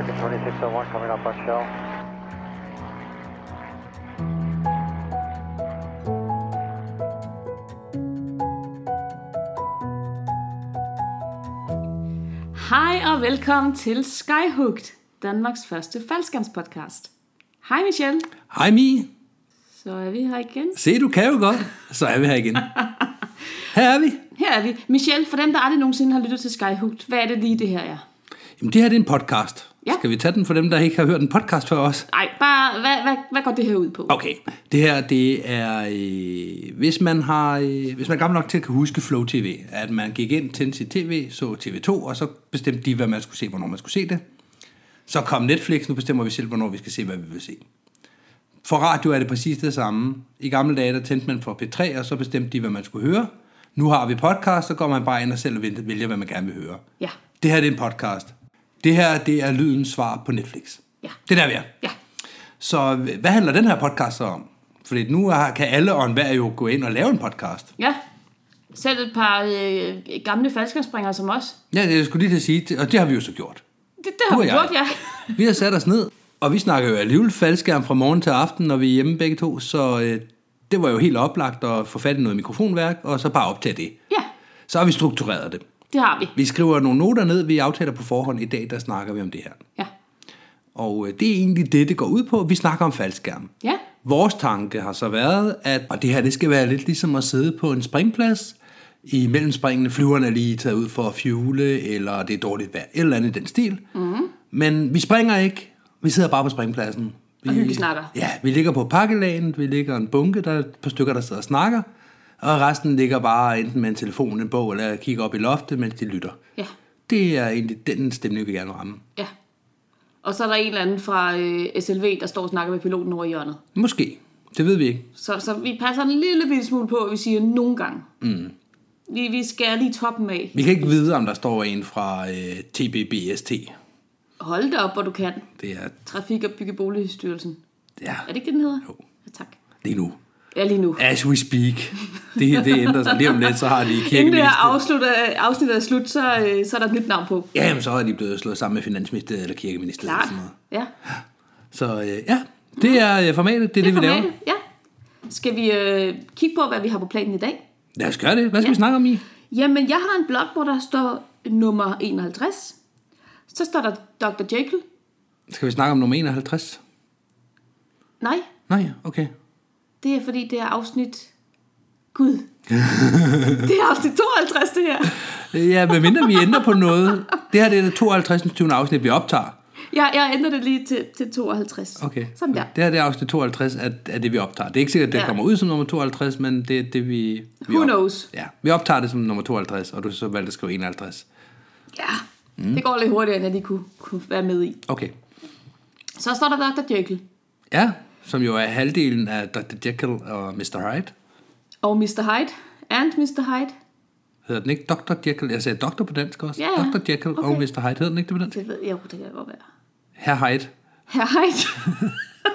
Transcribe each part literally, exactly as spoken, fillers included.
American twenty-six oh one coming up on shell. Hej og velkommen til Skyhooked, Danmarks første faldskærmspodcast. Hej Michelle. Hej Mie. Så er vi her igen. Se, du kan jo godt. Så er vi her igen. Her er vi. Her er vi. Michelle, for dem, der aldrig nogensinde har lyttet til Skyhooked, hvad er det lige, det her er? Jamen, det her det er en podcast. Ja. Skal vi tage den for dem, der ikke har hørt en podcast før os? Nej, bare, hvad, hvad, hvad går det her ud på? Okay, det her, det er, øh, hvis man har, øh, hvis man er gammel nok til at kan huske Flow T V, at man gik ind til sit tv, så T V to, og så bestemte de, hvad man skulle se, hvornår man skulle se det. Så kom Netflix, nu bestemmer vi selv, hvornår vi skal se, hvad vi vil se. For radio er det præcis det samme. I gamle dage, der tændte man for P tre, og så bestemte de, hvad man skulle høre. Nu har vi podcast, så går man bare ind og selv vælger, hvad man gerne vil høre. Ja. Det her det er en podcast. Det her, det er lydens svar på Netflix. Ja. Det er der, vi er. Ja. Så hvad handler den her podcast så om? Fordi nu kan alle og enhver jo gå ind og lave en podcast. Ja. Selv et par øh, gamle faldskærmsspringere som os. Ja, det skulle lige til at sige, og det har vi jo så gjort. Det, det har Du vi og gjort, jeg. ja. Vi har sat os ned, og vi snakker jo alligevel faldskærm fra morgen til aften, når vi er hjemme begge to, så øh, det var jo helt oplagt at få fat i noget mikrofonværk, og så bare optage det. Ja, Så har vi struktureret det. det har vi. Vi skriver nogle noter ned, vi aftaler på forhånd. I dag, der snakker vi om det her. Ja. Og øh, det er egentlig det, det går ud på. Vi snakker om faldskærm. Ja. Vores tanke har så været, at og det her det skal være lidt ligesom at sidde på en springplads. I mellemspringene flyverne er lige taget ud for at fuele, eller det er dårligt vejr, eller andet i den stil. Mm-hmm. Men vi springer ikke. Vi sidder bare på springpladsen. Vi, Og hyggesnakker. Ja, vi ligger på pakkelagen, vi ligger en bunke, der er et par stykker, der sidder og snakker. Og resten ligger bare enten med en telefon, en bog, eller kigger op i loftet, mens de lytter. Ja. Det er egentlig den stemning, vi gerne vil ramme. Ja. Og så er der en eller anden fra øh, S L V, der står og snakker med piloten over i hjørnet. Måske. Det ved vi ikke. Så, så vi passer en lille bitte smule på, at vi siger nogle gange. Mm. Vi, vi skærer lige toppen af. Vi kan ikke vide, om der står en fra øh, T B B S T. Hold det op, hvor du kan. Det er, Trafik- og Byggeboligstyrelsen. ja, Er det ikke det, den hedder? Jo. Ja, tak. lige nu. Ja, lige nu. As we speak. Det, det ændrer sig. Lige om lidt, så har de Inden det kirkeministeriet. her afslutter, afsnittet er slut, så, øh, så er der et nyt navn på. Ja, jamen, så er de blevet slået sammen med Finansministeriet eller Kirkeministeriet. Klart. Eller sådan noget. Ja. Så øh, ja, det er øh, formatet. Det er det, det, vi laver. Ja. Skal vi øh, kigge på, hvad vi har på planen i dag? Lad os gøre det. Hvad skal Ja. vi snakke om i? Jamen, jeg har en blog, hvor der står nummer enoghalvtreds. Så står der doktor Jekyll. Skal vi snakke om nummer enoghalvtreds? Nej, Nej, okay. det er fordi, det er afsnit... Gud. Det er afsnit tooghalvtreds, det her. Ja, hvad mindre vi ændrer på noget. Det her det er det tooghalvtredsende afsnit, vi optager. Jeg, jeg ændrer det lige til, til tooghalvtreds. Okay. Sådan der. Det her det er afsnit tooghalvtreds af, af det, vi optager. Det er ikke sikkert, at det Ja. kommer ud som nummer tooghalvtreds, men det er det, vi... vi Who op- knows? Ja, vi optager det som nummer tooghalvtreds, og du så valgte at skrive enoghalvtreds. Ja, mm. det går lidt hurtigere, end jeg lige kunne, kunne være med i. Okay. Så står der doktor Jekyll. Ja, som jo er halvdelen af doktor Jekyll og mister Hyde. Og mister Hyde. And mister Hyde. Hedder den ikke doktor Jekyll? Jeg sagde doktor på dansk også. Ja, ja. doktor Jekyll Okay. og mister Hyde. Hedder den ikke det på dansk? Det ved jeg, det kan godt være. Herr Hyde. Herr Hyde.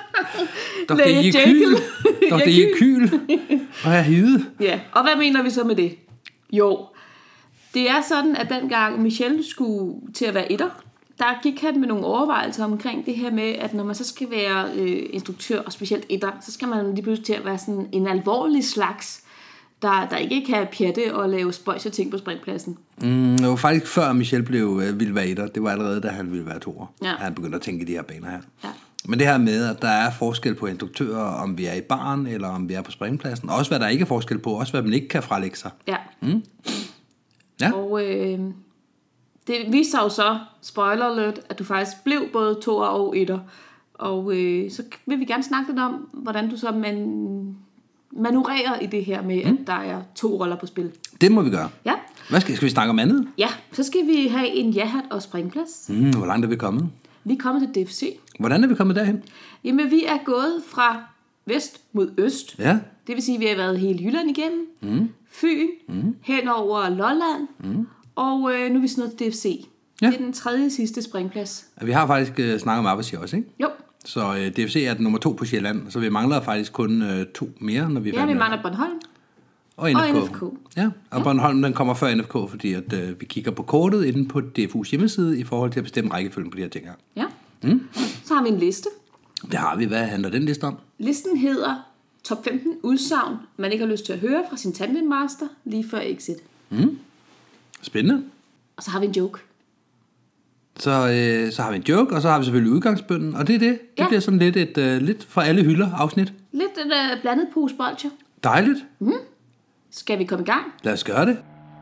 doktor Læge Jekyll. Jekyll. doktor Jekyll. Jekyll. Og Herr Hyde. Ja, og hvad mener vi så med det? Jo, det er sådan, at dengang Michelle skulle til at være etter, der gik han med nogle overvejelser omkring det her med, at når man så skal være øh, instruktør, og specielt etter, så skal man lige pludselig til at være sådan en alvorlig slags, der, der ikke kan pjatte og lave spøjs og ting på springpladsen. Mm, det var faktisk før Michel blev øh, ville være etter. Det var allerede, da han ville være toer. Ja. Han begyndte at tænke i de her baner her. Ja. Men det her med, at der er forskel på instruktører, om vi er i baren, eller om vi er på springpladsen. Også hvad der ikke er forskel på, også hvad man ikke kan frelægge sig. Ja. Mm. Ja. Og øh, det viste sig jo så, spoiler alert, at du faktisk blev både toer og etter. Og øh, så vil vi gerne snakke lidt om, hvordan du så man, manøvrerer i det her med, mm. at der er to roller på spil. Det må vi gøre. Ja. Hvad skal, skal vi snakke om andet? Ja, så skal vi have en ja-hat og springplads. Mm, hvor langt er vi kommet? Vi er kommet til D F C. Hvordan er vi kommet derhen? Jamen, vi er gået fra vest mod øst. Ja. Det vil sige, at vi har været hele Jylland igennem. Mm. Fyn. Mm. Hen over Lolland. Mm. Og øh, nu er vi snart til D F C. Ja. Det er den tredje sidste springplads. Vi har faktisk øh, snakket om Abbasi også, ikke? Jo. Så øh, D F C er den nummer to på Sjælland, så vi mangler faktisk kun øh, to mere, når vi er Ja, færdige vi med- mangler Bornholm. Og N F K. Og N F K. Ja, og ja. Bornholm den kommer før N F K, fordi at, øh, vi kigger på kortet inde på D F U's hjemmeside i forhold til at bestemme rækkefølgen på de her ting her. Ja. Mm. Så har vi en liste. Det har vi. Hvad handler den liste om? Listen hedder top femten udsagn, man ikke har lyst til at høre fra sin tandemmaster lige før exit. Mm. Spændende. Og så har vi en joke. Så, øh, så har vi en joke, og så har vi selvfølgelig udgangsbønnen, og det er det. Det Ja. bliver sådan lidt et øh, lidt fra alle hylder afsnit. Lidt en uh, blandet pose bolcher. Dejligt. Mm. Skal vi komme i gang? Lad os gøre det.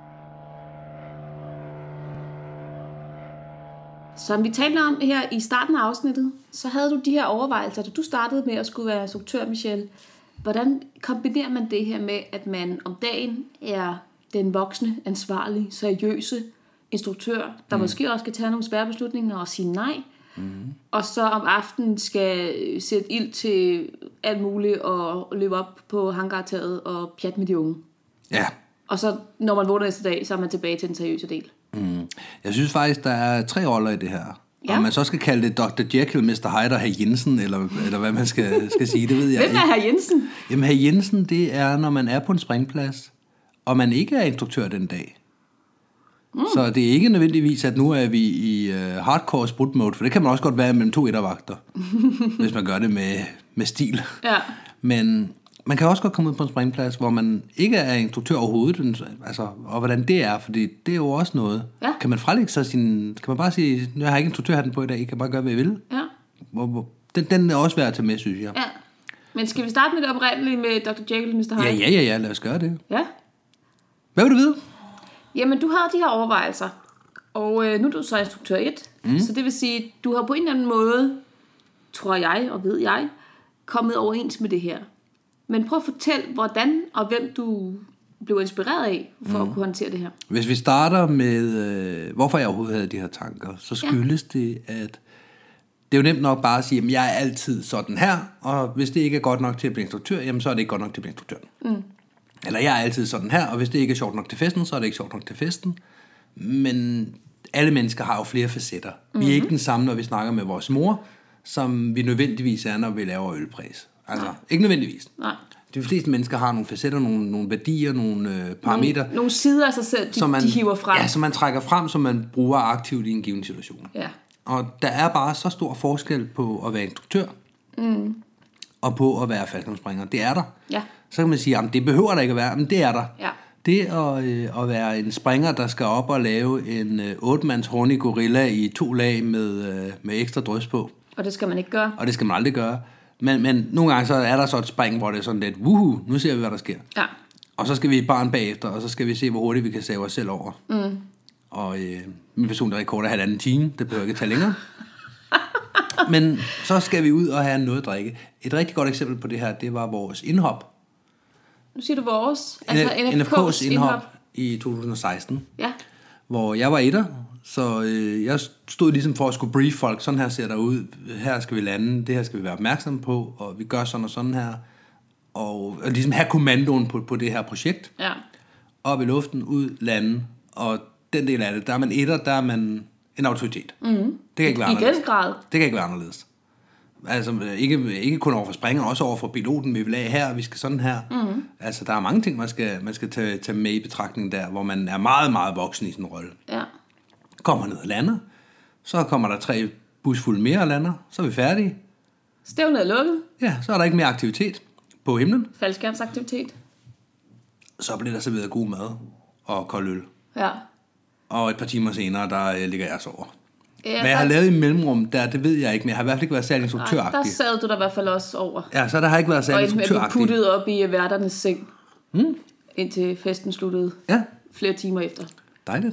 Som vi talte om her i starten af afsnittet, så havde du de her overvejelser, da du startede med at skulle være instruktør, Michelle. Hvordan kombinerer man det her med, at man om dagen er den voksne, ansvarlige, seriøse instruktør, der mm. måske også skal tage nogle svære beslutninger og sige nej, mm. og så om aftenen skal sætte ild til alt muligt og løbe op på hangartaget og pjatte med de unge. Ja. Og så når man vågner næste dag, så er man tilbage til den seriøse del. Mm. Jeg synes faktisk, der er tre roller i det her. Ja. Om man så skal kalde det doktor Jekyll, mister Hyde og Herr Jensen, eller, eller hvad man skal, skal sige, det ved jeg Hvem er ikke. Herr Jensen? Jamen, Herr Jensen, det er, når man er på en springplads, og man ikke er instruktør den dag. Mm. Så det er ikke nødvendigvis, at nu er vi i uh, hardcore sprut mode, for det kan man også godt være mellem to ettervagter, hvis man gør det med, med stil. Ja. Men man kan også godt komme ud på en springplads, hvor man ikke er instruktør overhovedet, altså, og hvordan det er, fordi det er jo også noget. Ja. Kan man frelægge sig sin, kan man bare sige, nu har jeg ikke instruktørhatten på i dag, I kan bare gøre, hvad I vil. Ja. Hvor, hvor, den, den er også værd at tage med, synes jeg. Ja. Men skal vi starte med det oprindelige med doktor Jekyll og mister Hyde? Ja, ja, ja, ja, lad os gøre det. Ja. Hvad vil du vide? Jamen, du havde de her overvejelser, og øh, nu er du så instruktør et, mm. så det vil sige, du har på en eller anden måde, tror jeg og ved jeg, kommet overens med det her. Men prøv at fortælle, hvordan og hvem du blev inspireret af, for mm. at kunne håndtere det her. Hvis vi starter med, øh, hvorfor jeg overhovedet havde de her tanker, så skyldes ja. det, at det er jo nemt nok bare at sige, at jeg er altid sådan her, og hvis det ikke er godt nok til at blive instruktør, jamen så er det ikke godt nok til at blive instruktør. Mm. Eller jeg er altid sådan her, og hvis det ikke er sjovt nok til festen, så er det ikke sjovt nok til festen. Men alle mennesker har jo flere facetter. Mm-hmm. Vi er ikke den samme, når vi snakker med vores mor, som vi nødvendigvis er, når vi laver ølpræs. Altså, nej. Ikke nødvendigvis. Nej. De fleste mennesker har nogle facetter, nogle, nogle værdier, nogle øh, parametre. Nogle, nogle sider af sig selv, de, man, de hiver frem. Ja, som man trækker frem, som man bruger aktivt i en given situation. Ja. Og der er bare så stor forskel på at være instruktør, mm. og på at være faldskærmsspringer. Det er der. Ja. Så kan man sige, at det behøver der ikke at være, men det er der. Ja. Det at, øh, at være en springer, der skal op og lave en øh, otte-mands horny gorilla i to lag med, øh, med ekstra drøs på. Og det skal man ikke gøre. Og det skal man aldrig gøre. Men, men nogle gange så er der så et spring, hvor det er sådan lidt, wuhu, nu ser vi, hvad der sker. Ja. Og så skal vi i barn bagefter, og så skal vi se, hvor hurtigt vi kan save os selv over. Mm. Og øh, min personlige rekord er halvanden time, det behøver ikke tage længere. Men så skal vi ud og have noget at drikke. Et rigtig godt eksempel på det her, det var vores indhop. Nu siger du vores, altså N F K's indhop i to tusind og seksten. Ja. Hvor jeg var etter, så øh, jeg stod ligesom for at skulle brief folk. Sådan her ser der ud, her skal vi lande, det her skal vi være opmærksomme på, og vi gør sådan og sådan her. Og, og ligesom have kommandoen på, på det her projekt. Ja. Op i luften, ud, lande, og den del af det, der er man etter, der er man en autoritet. Mm-hmm. Det kan ikke være I anderledes. den grad. Det kan ikke være anderledes. Altså ikke, ikke kun over for springeren, også over for piloten, vi vil af her, vi skal sådan her. Mm-hmm. Altså der er mange ting, man skal, man skal tage, tage med i betragtning der, hvor man er meget, meget voksen i sin rolle. Ja. Kommer ned og lander, så kommer der tre busfulde mere og lander, så er vi færdige. Stævnet er lukket. Ja, så er der ikke mere aktivitet på himlen. Faldskærmsaktivitet. Så bliver der serveret god mad og kold øl. Ja. Og et par timer senere, der øh, ligger jeg så over. Ja, Hvad jeg har lavet i mellemrum, der, det ved jeg ikke, men jeg har i hvert fald ikke været særlig instruktøragtig. Nej, der sad du der i hvert fald også over. Ja, så der har ikke været særlig instruktøragtig. Og enten er puttet op i værternes seng, hmm? indtil festen sluttede ja. flere timer efter. Dejligt.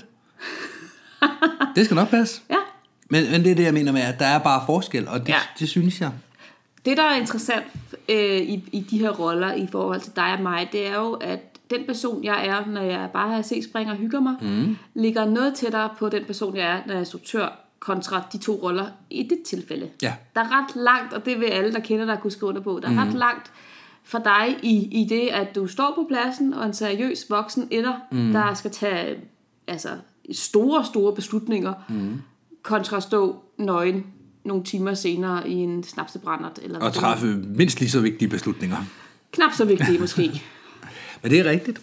Det skal nok passe. Ja. Men, men det er det, jeg mener med, at der er bare forskel, og det, ja. det synes jeg. Det, der er interessant øh, i, i de her roller i forhold til dig og mig, det er jo, at den person, jeg er, når jeg bare har set springer og hygger mig, mm. ligger noget tættere på den person, jeg er, når jeg er instruktør, kontra de to roller i det tilfælde. Ja. Der er ret langt, og det vil alle, der kender dig, kunne skrive under på, der er mm. ret langt for dig i, i det, at du står på pladsen, og en seriøs voksen etter, mm. der skal tage altså, store, store beslutninger, mm. kontra stå nøgen nogle timer senere i en snapsebrændert. Eller og træffe mindst lige så vigtige beslutninger. Knap så vigtige måske. Men det er rigtigt.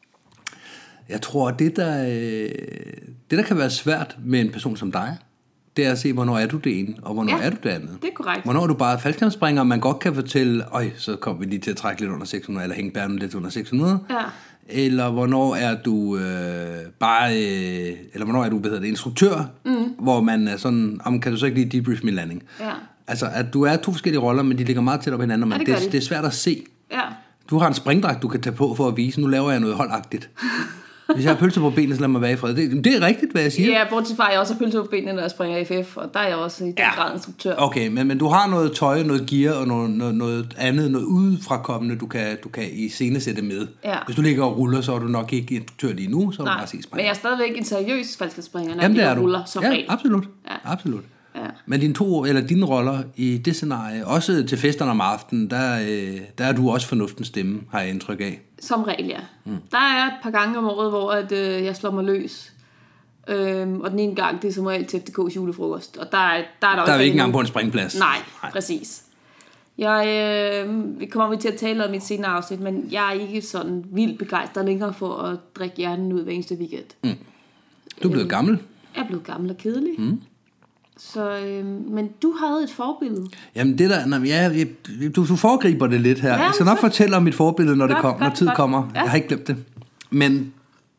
Jeg tror, det der, det der kan være svært med en person som dig, det er at se, hvornår er du det ene, og hvornår Ja, er du det andet. det er korrekt. Hvornår er du bare faldskærmsspringer, og man godt kan fortælle, øj, så kommer vi lige til at trække lidt under seks hundrede, eller hænge bærmen lidt under seks hundrede. Ja. Eller hvornår er du øh, bare, øh, eller hvornår er du, hvad hedder det, instruktør, mm. hvor man er sådan, om kan du så ikke lige debrief min landing? Ja. Altså, at du er to forskellige roller, men de ligger meget tæt op hinanden, men ja, det, det, det. det er svært at se. Ja. Du har en springdragt, du kan tage på for at vise, nu laver jeg noget holdagtigt. Hvis jeg har pølser på benene, så lad mig være i fred. Det, det er rigtigt, hvad jeg siger. Ja, bortset fra, at jeg også har pølser på benene, når jeg springer F F, og der er jeg også i den Ja. grad instruktør. Okay, men, men du har noget tøj, noget gear og noget, noget, noget andet, noget udefrakommende, du kan, du kan iscenesætte med. Ja. Hvis du ligger og ruller, så er du nok ikke instruktør lige nu, så er du Nej, bare se men jeg er stadigvæk en seriøs faldskærmsspringer, når Jamen, det jeg er du. ruller som ja, regel. absolut. Ja. absolut. Ja. Men dine to, eller dine roller i det scenarie, også til festerne om aftenen, der, øh, der er du også fornuftens stemme, har jeg indtryk af. Som regel, ja. Mm. Der er et par gange om året, hvor at, øh, jeg slår mig løs. Øhm, og den ene gang, det er som regel til F D K's julefrokost. Og der er der, er der, Der er vi ikke engang nogen... på en springplads. Nej, Nej. præcis. Jeg, øh, vi kommer vi til at tale om i et senere afsnit, men jeg er ikke sådan vildt begejstret længere for at drikke hjernen ud hver eneste weekend. Mm. Du er blevet øh, gammel. Jeg er blevet gammel og kedelig. Mm. Så, øh, men du havde et forbillede. Jamen det der, nej, ja, jeg, du, du foregriber det lidt her. Ja, jeg skal nok så... fortælle om mit forbillede, når, godt, det kom, godt, når tid godt. kommer. Ja. Jeg har ikke glemt det. Men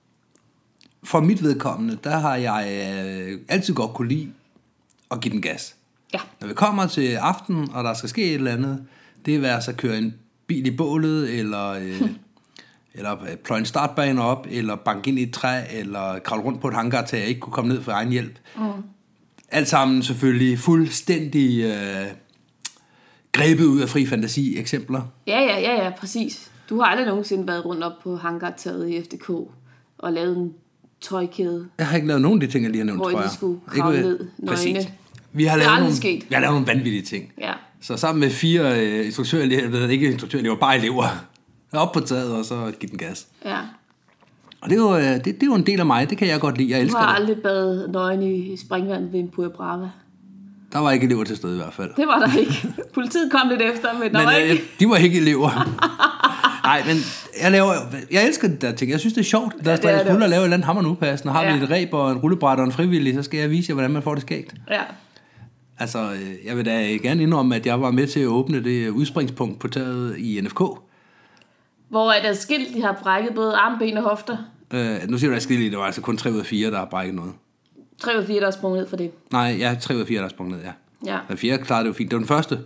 for mit vedkommende, der har jeg øh, altid godt kunne lide at give den gas. Ja. Når vi kommer til aften, og der skal ske et eller andet, det er værd at køre en bil i bålet, eller, øh, eller pløje en startbane op, eller banke ind i et træ, eller kravle rundt på et hangar, til jeg ikke kunne komme ned for egen hjælp. Mm. Alt sammen selvfølgelig fuldstændig øh, grebet ud af fri fantasi eksempler. Ja, ja, ja, ja, præcis. Du har aldrig nogensinde været rundt op på hangartaget i F D K og lavet en tøjkæde. Jeg har ikke lavet nogen af de ting, jeg lige har nævnt, hvor tror jeg. Hvor I skulle kravle ned, nøgne. Vi har det lavet er nogle, sket. vi har lavet nogle vanvittige ting. Ja. Så sammen med fire øh, instruktører, jeg ved ikke instruktører, det var bare elever, op på taget, og så give den gas. Ja. Og det er, jo, det, det er jo en del af mig, det kan jeg godt lide, jeg elsker det. Du har det. aldrig badet nøgen i springvandet ved en Pura Brava. Der var ikke elever til stede i hvert fald. Det var der ikke. Politiet kom lidt efter, men der men, var øh, ikke. De var ikke elever. Nej, men jeg, laver, jeg elsker det der ting. Jeg synes, det er sjovt. Der ja, er fuld at lave et eller andet hammer nu passende. Har ja. vi et reb og en rullebræt og en frivillig, så skal jeg vise jer, hvordan man får det skægt. Ja. Altså, jeg vil da gerne indrømme, at jeg var med til at åbne det udspringspunkt på taget i N F K. Hvor er der skilt, de har brækket både arme, ben og hofter. Øh, nu siger du, at skilt i, det var altså kun tre ud af fire, der har brækket noget. tre ud af fire, der er sprunget ned for det. Nej, ja, tre ud af fire, der har sprunget ned, ja. Ja. Den fjerde klarede det jo fint. Det var den første.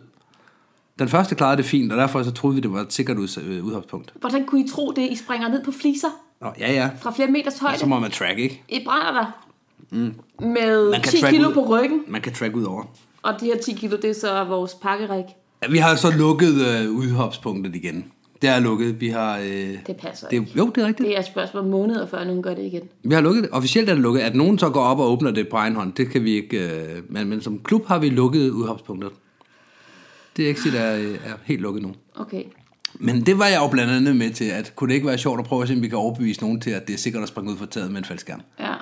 Den første klarede det fint, og derfor så troede vi, det var et sikkert udholdspunkt. Hvordan kunne I tro det, I springer ned på fliser? Nå, ja, ja. Fra flere meters højde? Og så må man track, ikke? I brænder der. Mm. Med ti kilo ud. på ryggen. Man kan track ud over. Og de her ti kilo, det er så vores pakkerik. Ja, vi har så lukket øh, udholdspunktet igen. Det er lukket. Vi har... Øh, det passer det, ikke. Jo, det er rigtigt. Det er et spørgsmål om måneder, før nogen gør det igen. Vi har lukket det. Officielt er det lukket. At nogen så går op og åbner det på egen hånd, det kan vi ikke... Øh, men, men som klub har vi lukket udholdspunktet. Det er ikke sige, er, er helt lukket nu. Okay. Men det var jeg jo blandt andet med til, at kunne det ikke være sjovt at prøve at se, om vi kan overbevise nogen til, at det er sikkert at springe ud for taget med en faldskærm. Ja.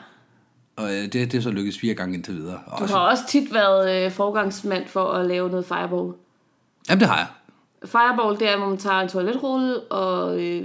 Og øh, det, det er så lykkedes fire gange indtil videre. Du har også tit været øh, forgangsmand for at lave noget fireball. Jamen, det har jeg. Fireball, det er, hvor man tager en toiletrulle og øh,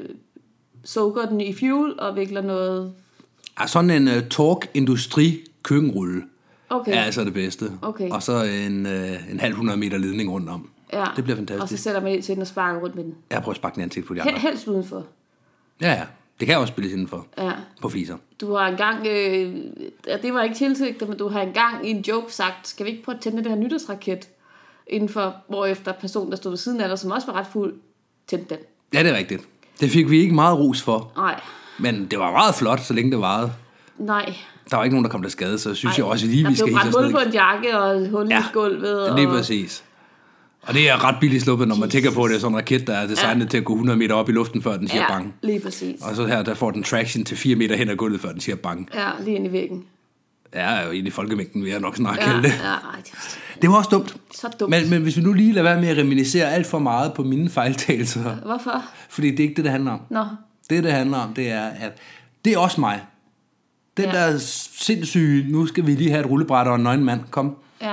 soaker den i fuel og vikler noget... Ja, sådan en uh, Tork Industri køkkenrulle okay. er altså det bedste. Okay. Og så en, uh, en halv hundrede meter ledning rundt om. Ja. Det bliver fantastisk. Og så sætter man ind til den og sparker rundt med den. Jeg prøver at sparke den ansigt på de andre. Helst udenfor. Ja, ja. Det kan også spilles indenfor. Ja. På fliser. Du har engang, øh, det var ikke tilsigtet, men du har engang i en joke sagt, skal vi ikke prøve at tænde det her nytårsraket indenfor, hvorefter personen, der stod ved siden af dig, som også var ret fuld, tændte den. Ja, det er rigtigt. Det fik vi ikke meget ros for. Nej. Men det var meget flot, så længe det varede. Nej. Der var ikke nogen, der kom til skade, så synes Ej. jeg også lige, vi skal hisse os ned. Der blev brændt hul på en jakke og hul ja, i gulvet. Og... lige præcis. Og det er ret billigt sluppet, når man Jesus. tænker på, at det er sådan en raket, der er designet ja. til at gå hundrede meter op i luften, før den siger ja, bang. lige præcis. Og så her, der får den traction til fire meter hen ad gulvet, før den siger bang. Ja, lige ind i væggen. Ja, jo ind i folkemængden, vil jeg nok snart ja, kalde det. Ja, ej, det, det var også dumt. Så dumt. Men, men hvis vi nu lige lader være med at reminiscere alt for meget på mine fejltagelser. Hvorfor? Fordi det er ikke det, det handler om. Nå. Det, det handler om, det er, at det er også mig. Den ja. der sindssyge, nu skal vi lige have et rullebræt og en nøgen mand, kom. Ja.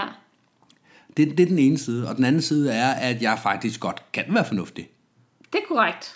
Det, det er den ene side. Og den anden side er, at jeg faktisk godt kan være fornuftig. Det er korrekt.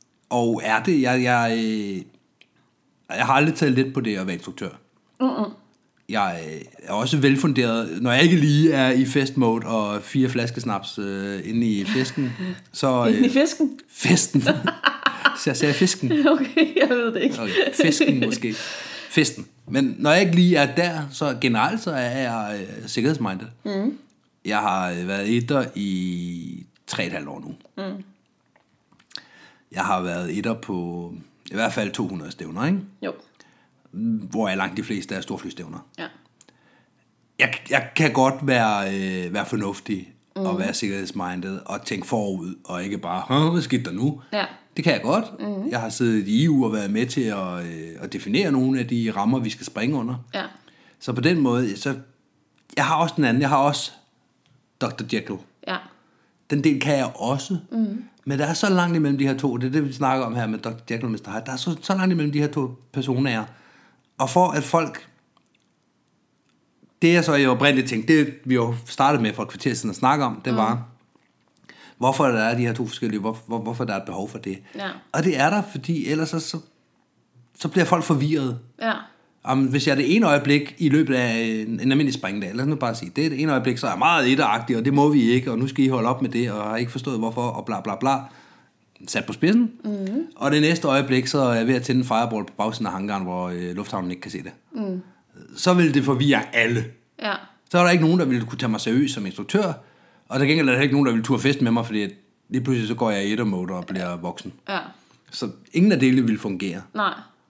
Og er det, jeg, jeg, jeg har aldrig taget lidt på det at være instruktør. Mm-mm. jeg er også velfunderet, når jeg ikke lige er i festmode og fire flaskesnaps øh, inde i fisken. Så, øh, inde i fisken? Festen. Så jeg sagde fisken. Okay, jeg ved det ikke. Okay, fisken måske. Festen. Men når jeg ikke lige er der, så generelt så er jeg øh, sikkerhedsmindet. Mm. Jeg har været etter i tre og et halvt år nu. Mm. Jeg har været etter på i hvert fald to hundrede stævner, ikke? Jo. Hvor er langt de fleste er storflystævner. Ja. Jeg, jeg kan godt være, øh, være fornuftig mm. og være sikkerhedsmindet og tænke forud, og ikke bare, hvad skete der nu? Ja. Det kan jeg godt. Mm. Jeg har siddet i E U og været med til at, øh, at definere nogle af de rammer, vi skal springe under. Ja. Så på den måde, så jeg har også den anden. Jeg har også doktor Jekyll. Ja. Den del kan jeg også. Mm. Men der er så langt imellem de her to. Det er det, vi snakker om her med doktor Jekyll og mister Hyde. Der er så, så langt imellem de her to personer. Og for at folk... Det jeg så i oprindeligt tænkte, det vi jo startede med for et kvarter siden at snakke om, det var, mm. hvorfor der er de her to forskellige, hvor, hvor, hvorfor der er et behov for det. Ja. Og det er der, fordi ellers så, så, så bliver folk forvirret. Ja. Om, hvis jeg det ene øjeblik i løbet af en, en almindelig springdag, lad os nu bare sige, det er det ene øjeblik, så er jeg meget etteragtig, og det må vi ikke, og nu skal I holde op med det, og har ikke forstået hvorfor, og bla bla bla. Sat på spidsen. Mm. Og det næste øjeblik, så er jeg ved at tænde en fireball på bagsiden af hangaren, hvor øh, lufthavnen ikke kan se det. Mm. Så vil det forvirre alle. Ja. Så er der ikke nogen, der vil kunne tage mig seriøst som instruktør, og der gengæld er der ikke nogen, der vil turde feste med mig, fordi lige pludselig så går jeg i etter-mode og bliver voksen. Ja. Så ingen af delene vil fungere. Nej.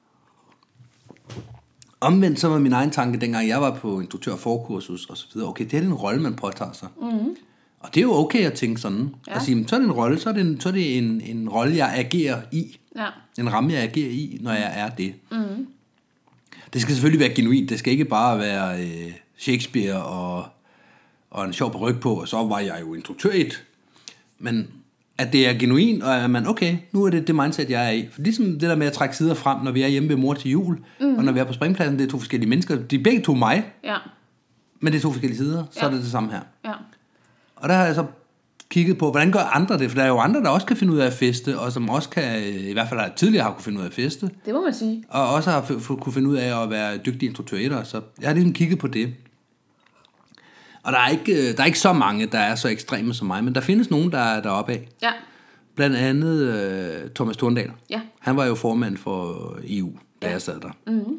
Omvendt så var min egen tanke, dengang jeg var på instruktør-forkursus og så videre, okay, det er en rolle, man påtager sig. Mm-hmm. Og det er jo okay at tænke sådan, ja. At sige, så er det en rolle, så er det en, så er det en, en rolle, jeg agerer i. Ja. En ramme, jeg agerer i, når jeg er det. Mm-hmm. Det skal selvfølgelig være genuint, det skal ikke bare være øh, Shakespeare og, og en sjov ryg på, og så var jeg jo instruktør et. Men at det er genuint, og at man, okay, nu er det det mindset, jeg er i. For ligesom det der med at trække sider frem, når vi er hjemme ved mor til jul, mm-hmm. og når vi er på springpladsen, det er to forskellige mennesker. De er begge to mig, ja. Men det er to forskellige sider, så ja. Er det det samme her. Ja. Og der har jeg så kigget på, hvordan gør andre det? For der er jo andre, der også kan finde ud af at feste, og som også kan, i hvert fald tidligere har kunne finde ud af at feste. Det må man sige. Og også har f- f- kunne finde ud af at være dygtig instruktør. Så jeg har ligesom kigget på det. Og der er ikke, der er ikke så mange, der er så ekstreme som mig, men der findes nogen, der er deroppe af. Ja. Blandt andet uh, Thomas Thorndal. Ja. Han var jo formand for E U, da ja. Jeg sad der. Mm-hmm.